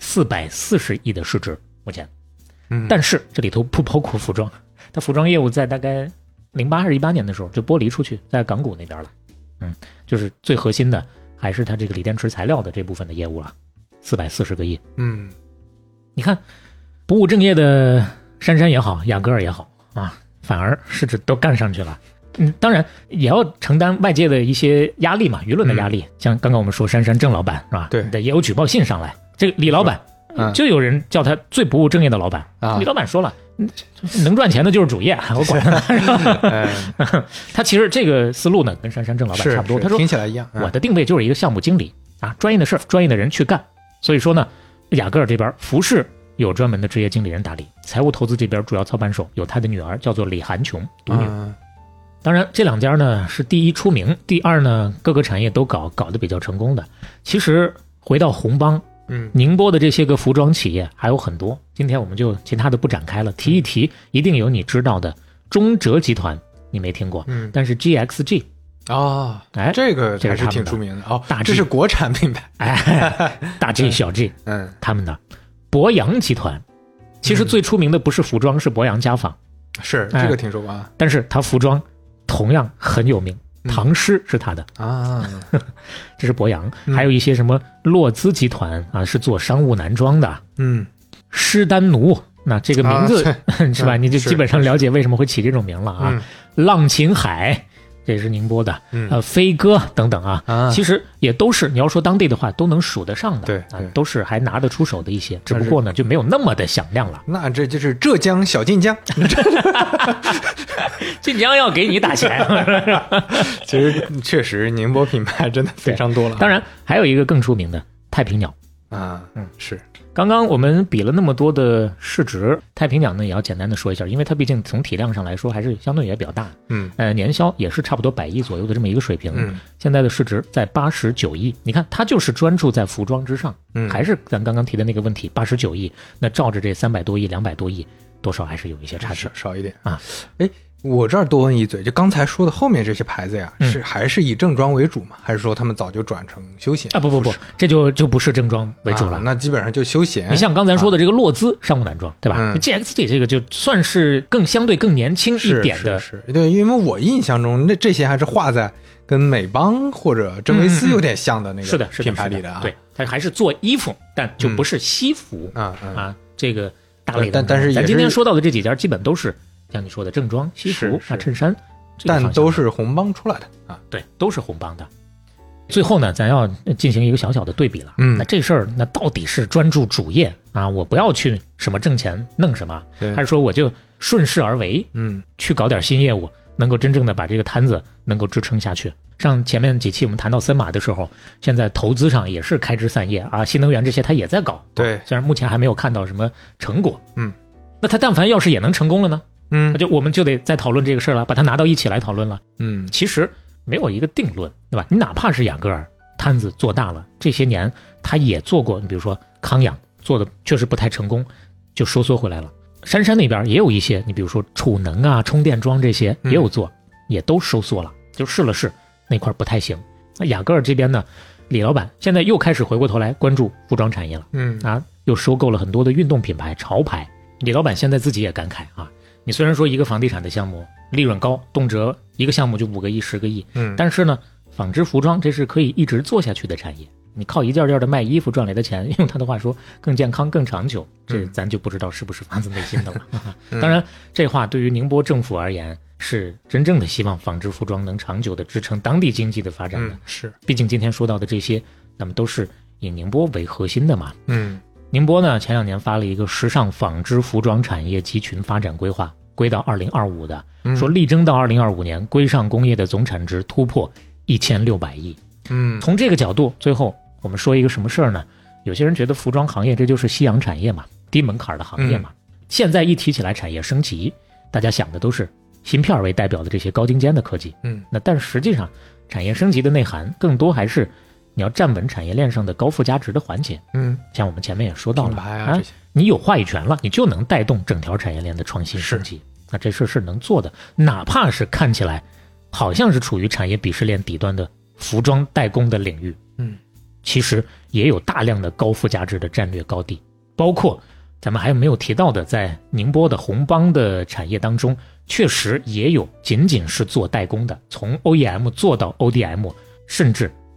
440亿的市值目前，但是这里头不包括服装，它服装业务在大概08还是18年的时候就剥离出去，在港股那边了。就是最核心的还是它这个锂电池材料的这部分的业务了，440个亿。你看不务正业的杉杉也好，雅戈尔也好啊，反而市值都干上去了。当然也要承担外界的一些压力嘛，舆论的压力。像刚刚我们说杉杉郑老板是吧？ 对， 也有举报信上来。这个李老板，就有人叫他最不务正业的老板。李老板说了，能赚钱的就是主业，我管他。他其实这个思路呢，跟杉杉郑老板差不多。他说听起来一样， 我的定位就是一个项目经理啊，专业的事儿，专业的人去干。所以说呢，雅戈尔这边服饰有专门的职业经理人打理，财务投资这边主要操盘手有他的女儿叫做李寒琼，独女。当然这两家呢是第一出名，第二呢各个产业都搞得比较成功的。其实回到红帮，宁波的这些个服装企业还有很多，今天我们就其他的不展开了，提一提一定有你知道的。中哲集团你没听过，但是 GXG 这个还是挺出名的哦，这是国产品牌， 大 G 小 G， 他们的博洋集团，其实最出名的不是服装，是博洋家纺， 是这个听说过啊， 但是他服装同样很有名，唐诗是他的这是博洋。还有一些什么洛兹集团啊，是做商务男装的，施丹奴，那这个名字是吧？你就基本上了解为什么会起这种名了啊。浪琴海，这也是宁波的，飞鸽等等啊，其实也都是你要说当地的话都能数得上的， 对， 都是还拿得出手的一些，只不过呢就没有那么的响亮了。 那这就是浙江小晋江， 晋江要给你打钱。 其实确实宁波品牌真的非常多了。 当然还有一个更出名的太平鸟是。 刚刚我们比了那么多的市值，太平鸟呢也要简单的说一下，因为它毕竟从体量上来说还是相对也比较大，年销也是差不多100亿左右的这么一个水平，现在的市值在89亿。你看它就是专注在服装之上，还是咱刚刚提的那个问题，89亿，那照着这300多亿、200多亿，多少还是有一些差距， 少一点啊。我这儿多问一嘴，就刚才说的后面这些牌子呀，还是以正装为主吗？还是说他们早就转成休闲啊？不，这就不是正装为主了， 那基本上就休闲。 你像刚才说的这个洛兹商务男装，对吧？GXG 这个就算是相对更年轻一点的， 是对，因为我印象中这些还是画在跟美邦或者真维斯有点像的那个品牌里的啊。 对，它还是做衣服，但就不是西服这个大类的。 但是咱今天说到的这几家基本都是像你说的正装西服衬衫， 但都是红帮出来的啊。 对，都是红帮的。最后呢，咱要进行一个小小的对比了。那这事儿那到底是专注主业啊，我不要去什么挣钱弄什么，还是说我就顺势而为，去搞点新业务，能够真正的把这个摊子能够支撑下去。上前面几期我们谈到森马的时候，现在投资上也是开枝散叶啊，新能源这些它也在搞， 对， 虽然目前还没有看到什么成果，那它但凡要是也能成功了呢？那我们就得再讨论这个事儿了，把它拿到一起来讨论了。其实没有一个定论，对吧？你哪怕是雅戈尔摊子做大了，这些年他也做过，你比如说康养做的确实不太成功，就收缩回来了。杉杉那边也有一些，你比如说储能啊、充电桩这些也有做，也都收缩了，就试了试那块不太行。那雅戈尔这边呢，李老板现在又开始回过头来关注服装产业了，又收购了很多的运动品牌、潮牌。李老板现在自己也感慨啊。你虽然说一个房地产的项目利润高，动辄一个项目就5个亿、10个亿，但是呢，纺织服装这是可以一直做下去的产业。你靠一件件的卖衣服赚来的钱，用他的话说更健康、更长久，这咱就不知道是不是发自内心的了。当然，这话对于宁波政府而言，是真正的希望纺织服装能长久的支撑当地经济的发展的。 是， 毕竟今天说到的这些，咱们都是以宁波为核心的嘛。宁波呢，前2年发了一个时尚纺织服装产业集群发展规划，归到2025的，说力争到2025年规上工业的总产值突破1600亿。从这个角度，最后我们说一个什么事儿呢？有些人觉得服装行业这就是夕阳产业嘛，低门槛的行业嘛。现在一提起来产业升级，大家想的都是芯片为代表的这些高精尖的科技。那但实际上产业升级的内涵更多还是你要站稳产业链上的高附加值的环节。像我们前面也说到了你有话语权了，你就能带动整条产业链的创新升级。那这事是能做的，哪怕是看起来好像是处于产业鄙视链底端的服装代工的领域，其实也有大量的高附加值的战略高地，包括咱们还有没有提到的，在宁波的红帮的产业当中，确实也有仅仅是做代工的，从 OEM 做到 ODM， 甚至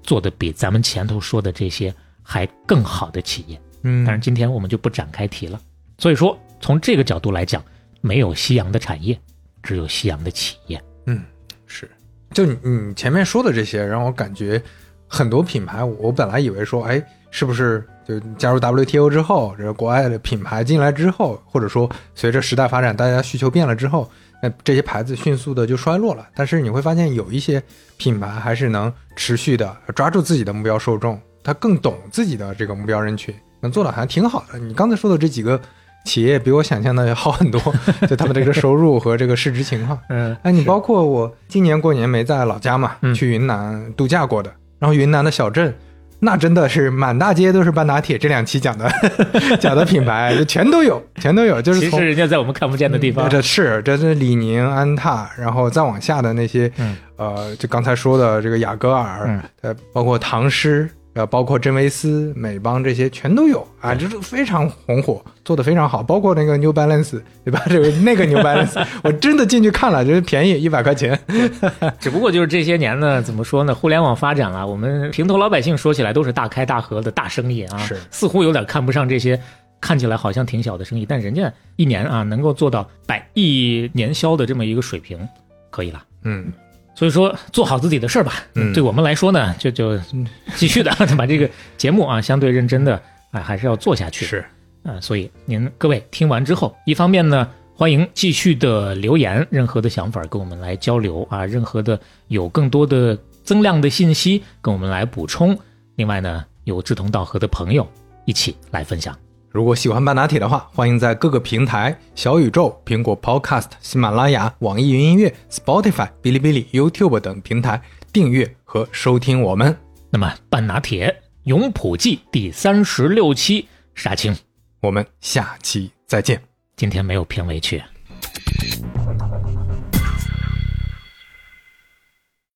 做的比咱们前头说的这些还更好的企业。当然今天我们就不展开提了。所以说从这个角度来讲，没有夕阳的产业，只有夕阳的企业。 是。就你前面说的这些让我感觉很多品牌，我本来以为说是不是就加入 WTO 之后，这国外的品牌进来之后，或者说随着时代发展大家需求变了之后，那这些牌子迅速的就衰落了。但是你会发现有一些品牌还是能持续的抓住自己的目标受众，他更懂自己的这个目标人群，能做的还挺好的。你刚才说的这几个企业比我想象的好很多，就他们的这个收入和这个市值情况。你包括我今年过年没在老家嘛，去云南度假过的，然后云南的小镇，那真的是满大街都是半打铁，这2期讲的品牌就全都有，就是其实人家在我们看不见的地方。 这是李宁、安踏，然后再往下的那些，就刚才说的这个雅戈尔，包括唐诗。包括真维斯、美邦这些全都有啊，就是非常红火，做得非常好。包括那个 New Balance， 对吧？那个 New Balance， 我真的进去看了，就是便宜100块钱。 只不过就是这些年呢，怎么说呢？互联网发展了，我们平头老百姓说起来都是大开大合的大生意啊， 是似乎有点看不上这些看起来好像挺小的生意，但人家一年啊能够做到100亿年销的这么一个水平，可以了。所以说做好自己的事儿吧。对我们来说呢，就继续的把这个节目啊相对认真的还是要做下去。 是所以您各位听完之后，一方面呢，欢迎继续的留言，任何的想法跟我们来交流啊，任何的有更多的增量的信息跟我们来补充。另外呢，有志同道合的朋友一起来分享。 如果喜欢半打铁的话，欢迎在各个平台小宇宙、苹果 Podcast、喜马拉雅、网易云音乐、Spotify、哔哩哔哩、YouTube 等平台订阅和收听我们。 那么半打铁永璞记第36期杀青， 我们下期再见。 今天没有片尾曲。